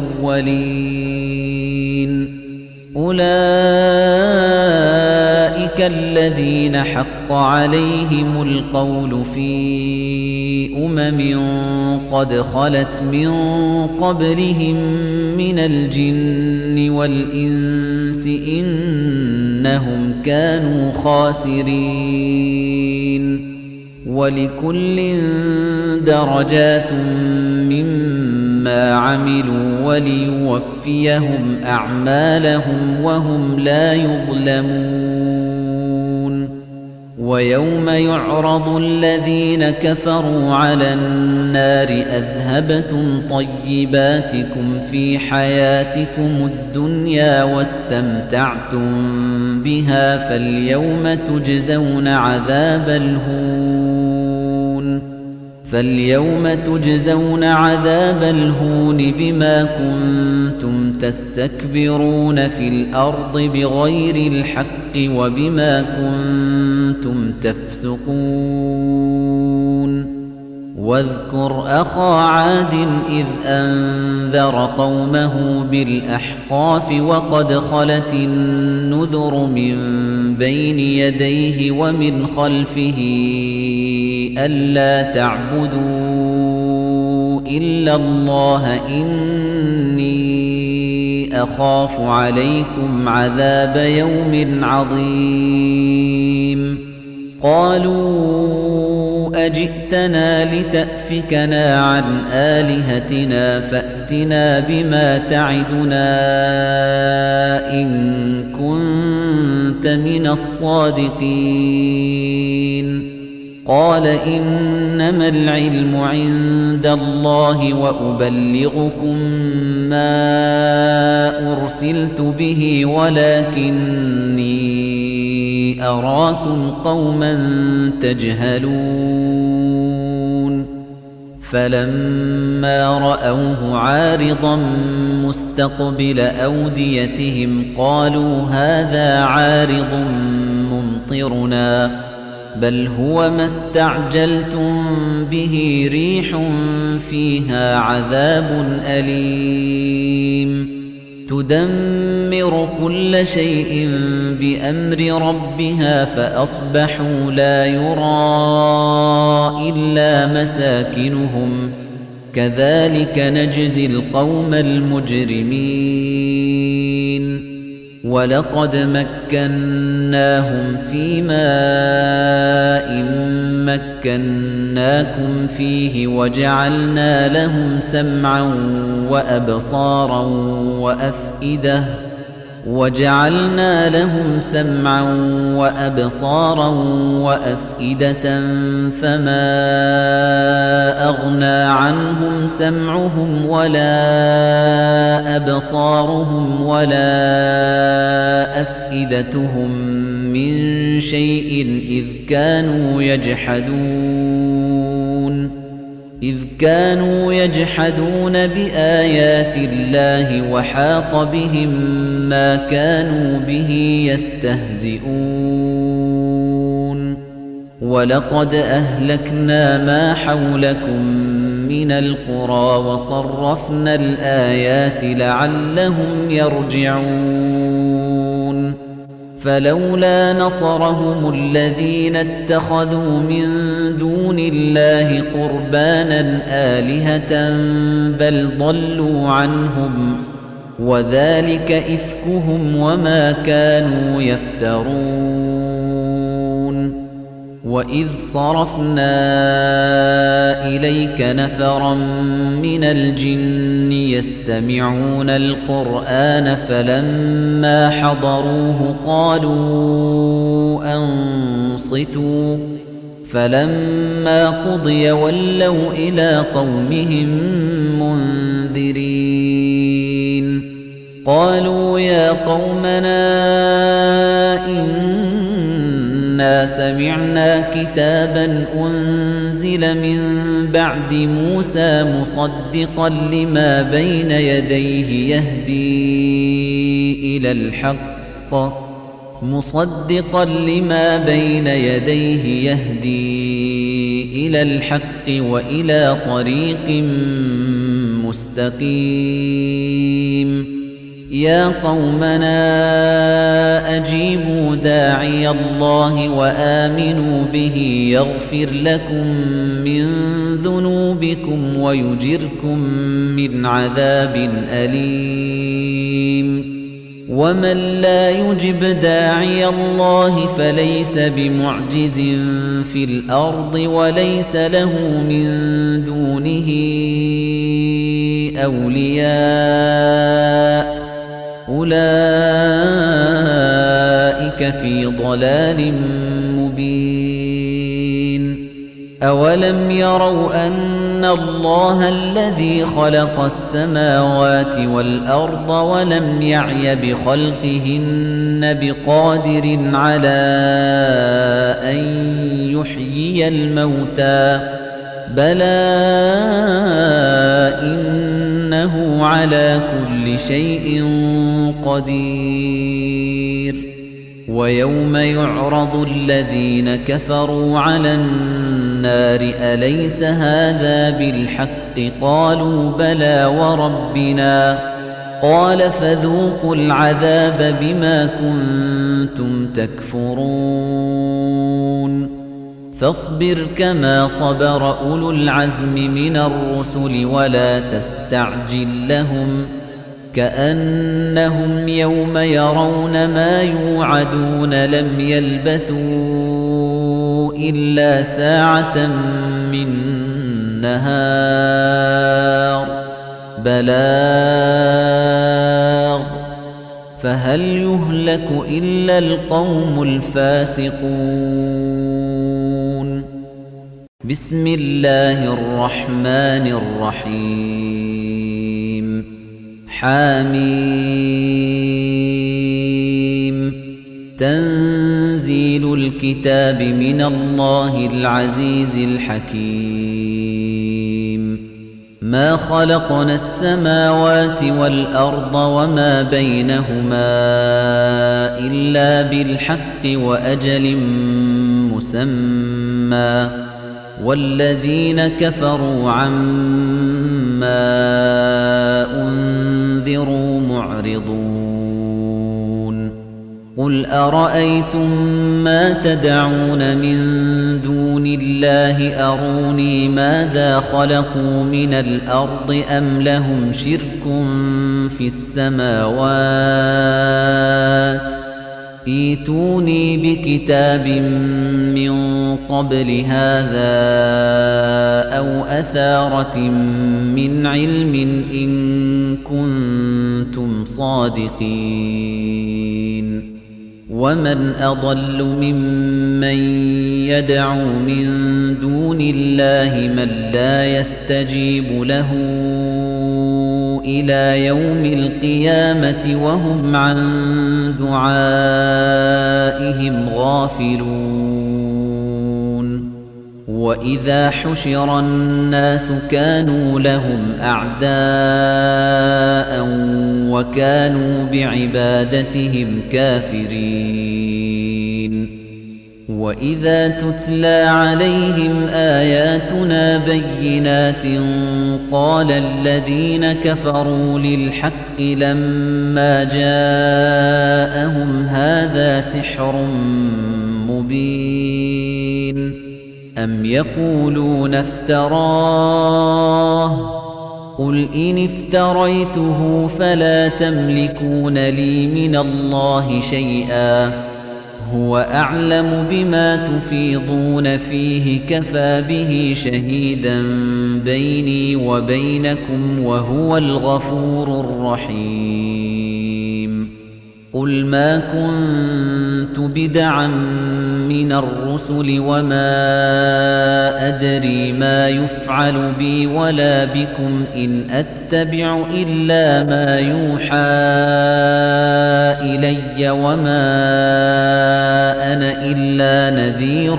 Speaker 1: الأولين أولئك الذين حق عليهم القول في أمم قد خلت من قبلهم من الجن والإنس إنهم كانوا خاسرين ولكل درجات مما عملوا وليوفيهم أعمالهم وهم لا يظلمون ويوم يعرض الذين كفروا على النار أذهبتم طيباتكم في حياتكم الدنيا واستمتعتم بها فاليوم تجزون عذاب الهون فاليوم تجزون عذاب الهون بما كنتم تستكبرون في الأرض بغير الحق وبما كنتم تفسقون واذكر أخا عاد إذ أنذر قومه بالأحقاف وقد خلت النذر من بين يديه ومن خلفه ألا تعبدوا إلا الله إني أخاف عليكم عذاب يوم عظيم قالوا أجئتنا لتأفكنا عن آلهتنا فأتنا بما تعدنا إن كنت من الصادقين قال إنما العلم عند الله وأبلغكم ما أرسلت به ولكني أراكم قوما تجهلون فلما رأوه عارضا مستقبل أوديتهم قالوا هذا عارض ممطرنا بل هو ما استعجلتم به ريح فيها عذاب أليم تدمر كل شيء بأمر ربها فأصبحوا لا يرى إلا مساكنهم كذلك نجزي القوم المجرمين ولقد مكناهم في ماء مكناكم فيه وجعلنا لهم سمعا وأبصارا وأفئدة وجعلنا لهم سمعا وأبصارا وأفئدة فما أغنى عنهم سمعهم ولا أبصارهم ولا أفئدتهم من شيء إذ كانوا يجحدون إذ كانوا يجحدون بآيات الله وحاق بهم ما كانوا به يستهزئون ولقد أهلكنا ما حولكم من القرى وصرفنا الآيات لعلهم يرجعون فلولا نصرهم الذين اتخذوا من دون الله قربانا آلهة بل ضلوا عنهم وذلك إفكهم وما كانوا يفترون وإذ صرفنا إليك نفرا من الجن يستمعون القرآن فلما حضروه قالوا أنصتوا فلما قضي ولوا إلى قومهم منذرين قالوا يا قومنا إنا سمعنا كتابا أنزل من بعد موسى مصدقا لما بين يديه يهدي إلى الحق مصدقا لما بين يديه يهدي إلى الحق وإلى طريق مستقيم يا قومنا أجيبوا داعي الله وآمنوا به يغفر لكم من ذنوبكم ويجركم من عذاب أليم ومن لا يجب داعي الله فليس بمعجز في الأرض وليس له من دونه أولياء أولئك في ضلال مبين أَوَلَمْ يَرَوْا أَنَّ اللَّهَ الَّذِي خَلَقَ السَّمَاوَاتِ وَالْأَرْضَ وَلَمْ يَعْيَ بِخَلْقِهِنَّ بِقَادِرٍ عَلَىٰ أَن يُحْيِيَ الْمَوْتَىٰ بَلَىٰ إِنَّهُ عَلَىٰ كُلِّ شَيْءٍ قَدِيرٌ وَيَوْمَ يُعْرَضُ الَّذِينَ كَفَرُوا عَلَى النَّارِ أَلَيْسَ هَٰذَا بِالْحَقِّ قَالُوا بَلَىٰ وَرَبِّنَا قَالَ فَذُوقُوا الْعَذَابَ بِمَا كُنتُمْ تَكْفُرُونَ فاصبر كما صبر أولو العزم من الرسل ولا تستعجل لهم كأنهم يوم يرون ما يوعدون لم يلبثوا إلا ساعة من نهار بلاغ فهل يهلك إلا القوم الفاسقون بسم الله الرحمن الرحيم حميم تنزيل الكتاب من الله العزيز الحكيم ما خلقنا السماوات والأرض وما بينهما إلا بالحق وأجل مسمى والذين كفروا عما أنذروا معرضون قل أرأيتم ما تدعون من دون الله أروني ماذا خلقوا من الأرض أم لهم شرك في السماوات ايتوني بكتاب من قبل هذا أو أثارة من علم إن كنتم صادقين ومن أضل ممن يدعو من دون الله من لا يستجيب له إلى يوم القيامة وهم عن دعائهم غافلون وإذا حشر الناس كانوا لهم أعداء وكانوا بعبادتهم كافرين وإذا تتلى عليهم آياتنا بينات قال الذين كفروا للحق لما جاءهم هذا سحر مبين أم يقولون افتراه قل إن افتريته فلا تملكون لي من الله شيئا هو أعلم بما تفيضون فيه كفى به شهيدا بيني وبينكم وهو الغفور الرحيم قل ما كنت بدعا من الرسل وما أدري ما يفعل بي ولا بكم إن أتبع إلا ما يوحى إلي وما أنا إلا نذير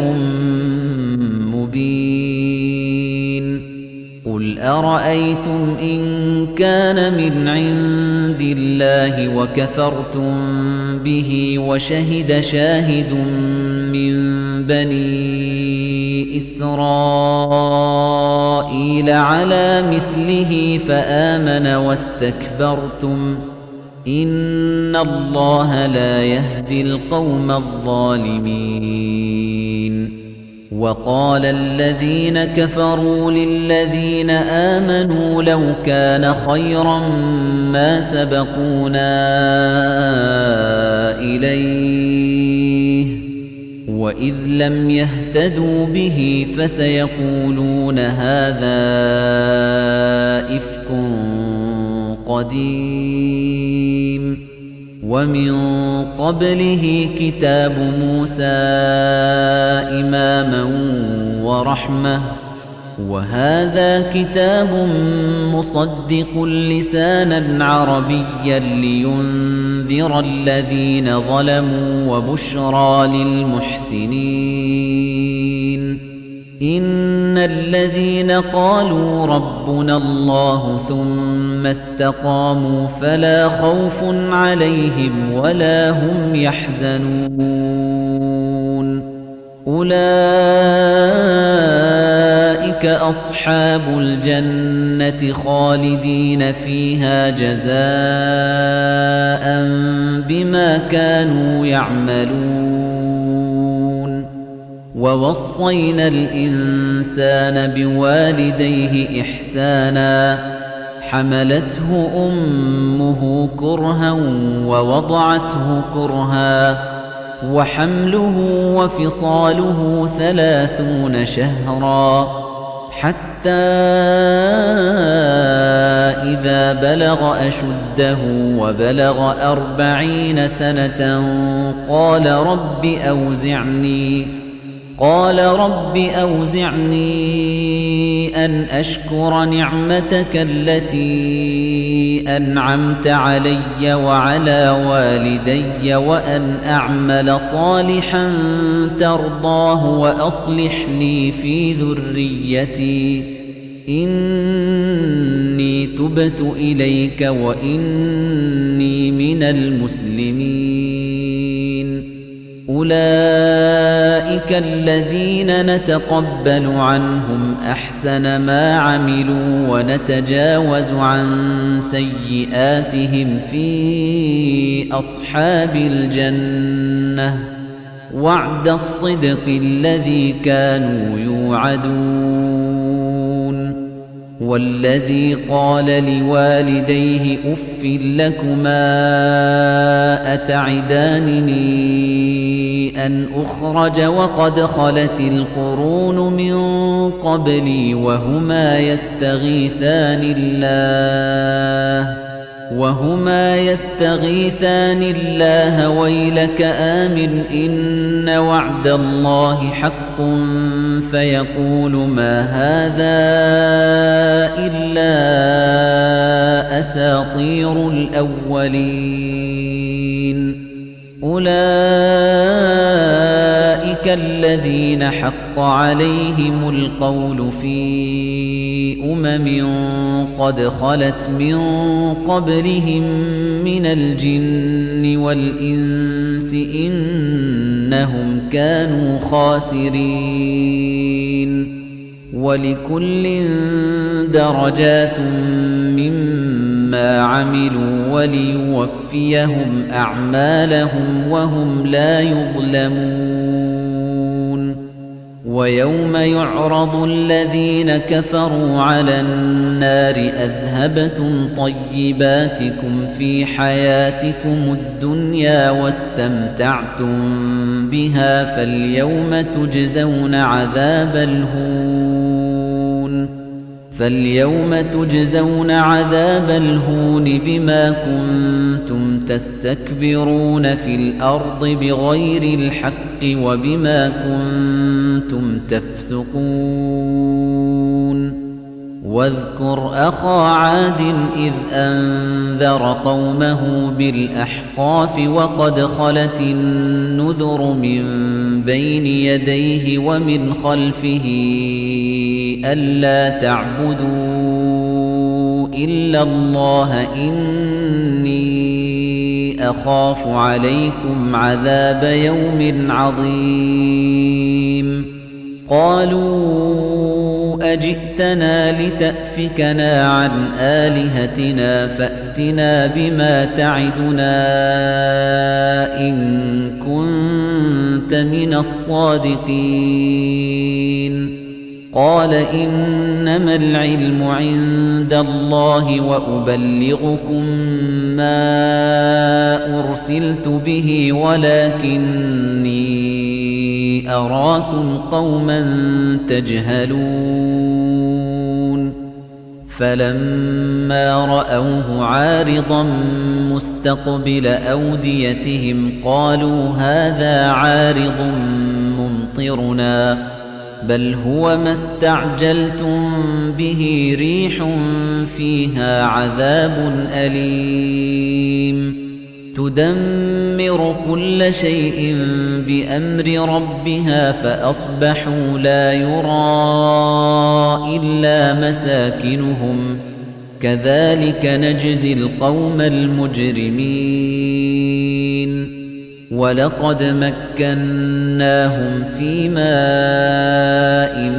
Speaker 1: مبين قل أرأيتم إن كان من عند الله وكفرتم به وشهد شاهد من بني إسرائيل على مثله فآمن واستكبرتم إن الله لا يهدي القوم الظالمين وقال الذين كفروا للذين آمنوا لو كان خيرا ما سبقونا إليه وإذ لم يهتدوا به فسيقولون هذا إفك قديم ومن قبله كتاب موسى إماما وَرَحْمَةٌ وَهَذَا كِتَابٌ مُصَدِّقٌ لِسَانًا عَرَبِيًّا لِيُنذِرَ الَّذِينَ ظَلَمُوا وَبُشْرَى لِلْمُحْسِنِينَ إِنَّ الَّذِينَ قَالُوا رَبُّنَا اللَّهُ ثُمَّ اسْتَقَامُوا فَلَا خَوْفٌ عَلَيْهِمْ وَلَا هُمْ يَحْزَنُونَ أُولَئِكَ أَصْحَابُ الْجَنَّةِ خَالِدِينَ فِيهَا جَزَاءً بِمَا كَانُوا يَعْمَلُونَ وَوَصَّيْنَا الْإِنسَانَ بِوَالِدَيْهِ إِحْسَانًا حَمَلَتْهُ أُمُّهُ كُرْهًا وَوَضَعَتْهُ كُرْهًا وَحَمْلُهُ وَفِصَالُهُ ثَلَاثُونَ شَهْرًا حَتَّى إِذَا بَلَغَ أَشُدَّهُ وَبَلَغَ أَرْبَعِينَ سَنَةً قَالَ رَبِّ أَوْزِعْنِي قال رب أوزعني أن أشكر نعمتك التي أنعمت علي وعلى والدي وأن أعمل صالحا ترضاه وأصلح لي في ذريتي إني تبت إليك وإني من المسلمين أولئك الذين نتقبل عنهم أحسن ما عملوا ونتجاوز عن سيئاتهم في أصحاب الجنة وعد الصدق الذي كانوا يوعدون والذي قال لوالديه أف لكما أتعدانني أن أخرج وقد خلت القرون من قبلي وهما يستغيثان الله وهما يستغيثان الله ويلك آمن إن وعد الله حق فيقول ما هذا إلا أساطير الأولين أولئك الذين حق عليهم القول في أمم قد خلت من قبلهم من الجن والإنس إنهم كانوا خاسرين ولكل درجات مما عملوا وليوفيهم أعمالهم وهم لا يظلمون ويوم يعرض الذين كفروا على النار أذهبتم طيباتكم في حياتكم الدنيا واستمتعتم بها فاليوم تجزون عذاب الهون فاليوم تجزون عذاب الهون بما كنتم تستكبرون في الأرض بغير الحق وبما كنتم تفسقون واذكر أخا عاد إذ أنذر قومه بالأحقاف وقد خلت النذر من بين يديه ومن خلفه ألا تعبدوا إلا الله إني أخاف عليكم عذاب يوم عظيم قالوا أجئتنا لتأفكنا عن آلهتنا فأتنا بما تعدنا إن كنت من الصادقين قال إنما العلم عند الله وأبلغكم ما أرسلت به ولكني أراكم قوما تجهلون فلما رأوه عارضا مستقبل أوديتهم قالوا هذا عارض ممطرنا بل هو ما استعجلتم به ريح فيها عذاب أليم تدمر كل شيء بأمر ربها فأصبحوا لا يرى إلا مساكنهم كذلك نجزي القوم المجرمين ولقد مكناهم في ماء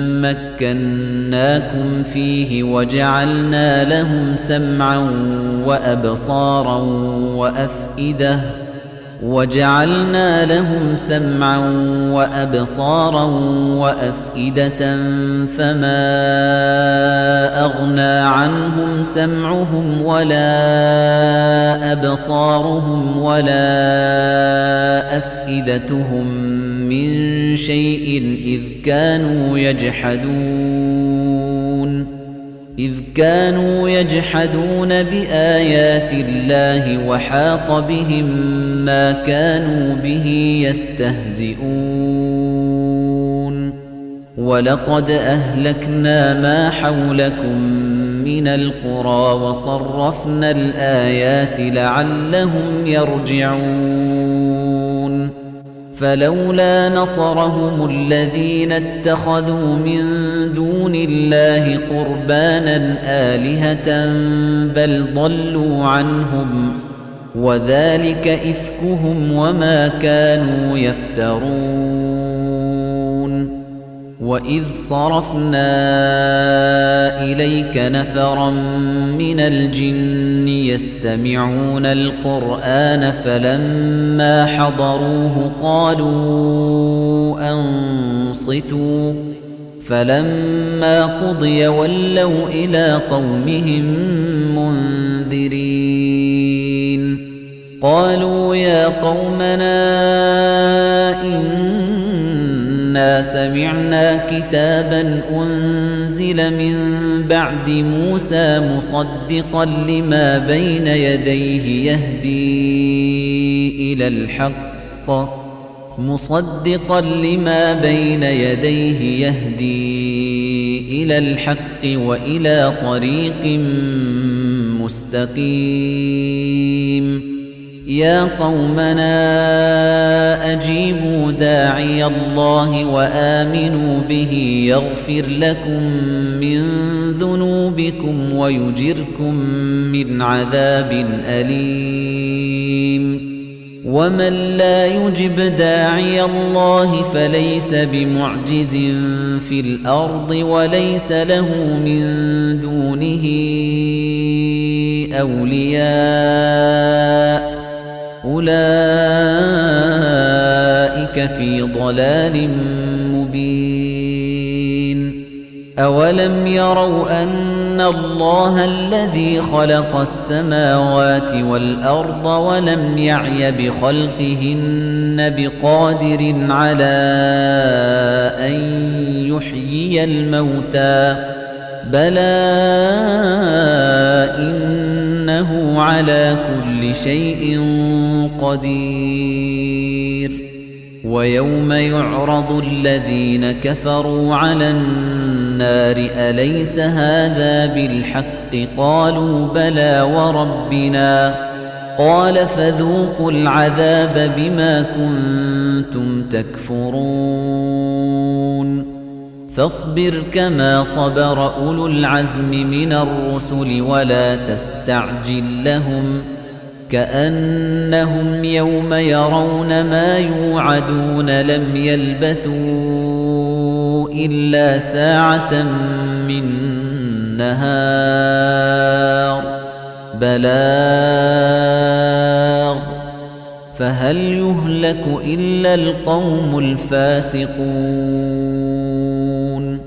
Speaker 1: مكناكم فيه وجعلنا لهم سمعا وأبصارا وأفئدة وجعلنا لهم سمعا وأبصارا وأفئدة فما أغنى عنهم سمعهم ولا أبصارهم ولا أفئدتهم من شيء إذ كانوا يجحدون إذ كانوا يجحدون بآيات الله وحاق بهم ما كانوا به يستهزئون ولقد أهلكنا ما حولكم من القرى وصرفنا الآيات لعلهم يرجعون فلولا نصرهم الذين اتخذوا من دون الله قربانا آلهة بل ضلوا عنهم وذلك إفكهم وما كانوا يفترون وإذ صرفنا إليك نفرا من الجن يستمعون القرآن فلما حضروه قالوا أنصتوا فلما قضي ولوا إلى قومهم منذرين قالوا يا قومنا إنا سمعنا كتابا أنزل من بعد موسى مصدقا لما بين يديه يهدي إلى الحق مصدقا لما بين يديه يهدي إلى الحق وإلى طريق مستقيم يا قومنا أجيبوا داعي الله وآمنوا به يغفر لكم من ذنوبكم ويجركم من عذاب أليم ومن لا يجب داعي الله فليس بمعجز في الأرض وليس له من دونه أولياء أولئك في ضلال مبين أولم يروا أن الله الذي خلق السماوات والأرض ولم يعي بخلقهن بقادر على أن يحيي الموتى بلى إنه على كل شيء قدير ويوم يعرض الذين كفروا على النار أليس هذا بالحق قالوا بلى وربنا قال فذوقوا العذاب بما كنتم تكفرون فاصبر كما صبر أولو العزم من الرسل ولا تستعجل لهم كأنهم يوم يرون ما يوعدون لم يلبثوا إلا ساعة من نهار بلاغ فهل يهلك إلا القوم الفاسقون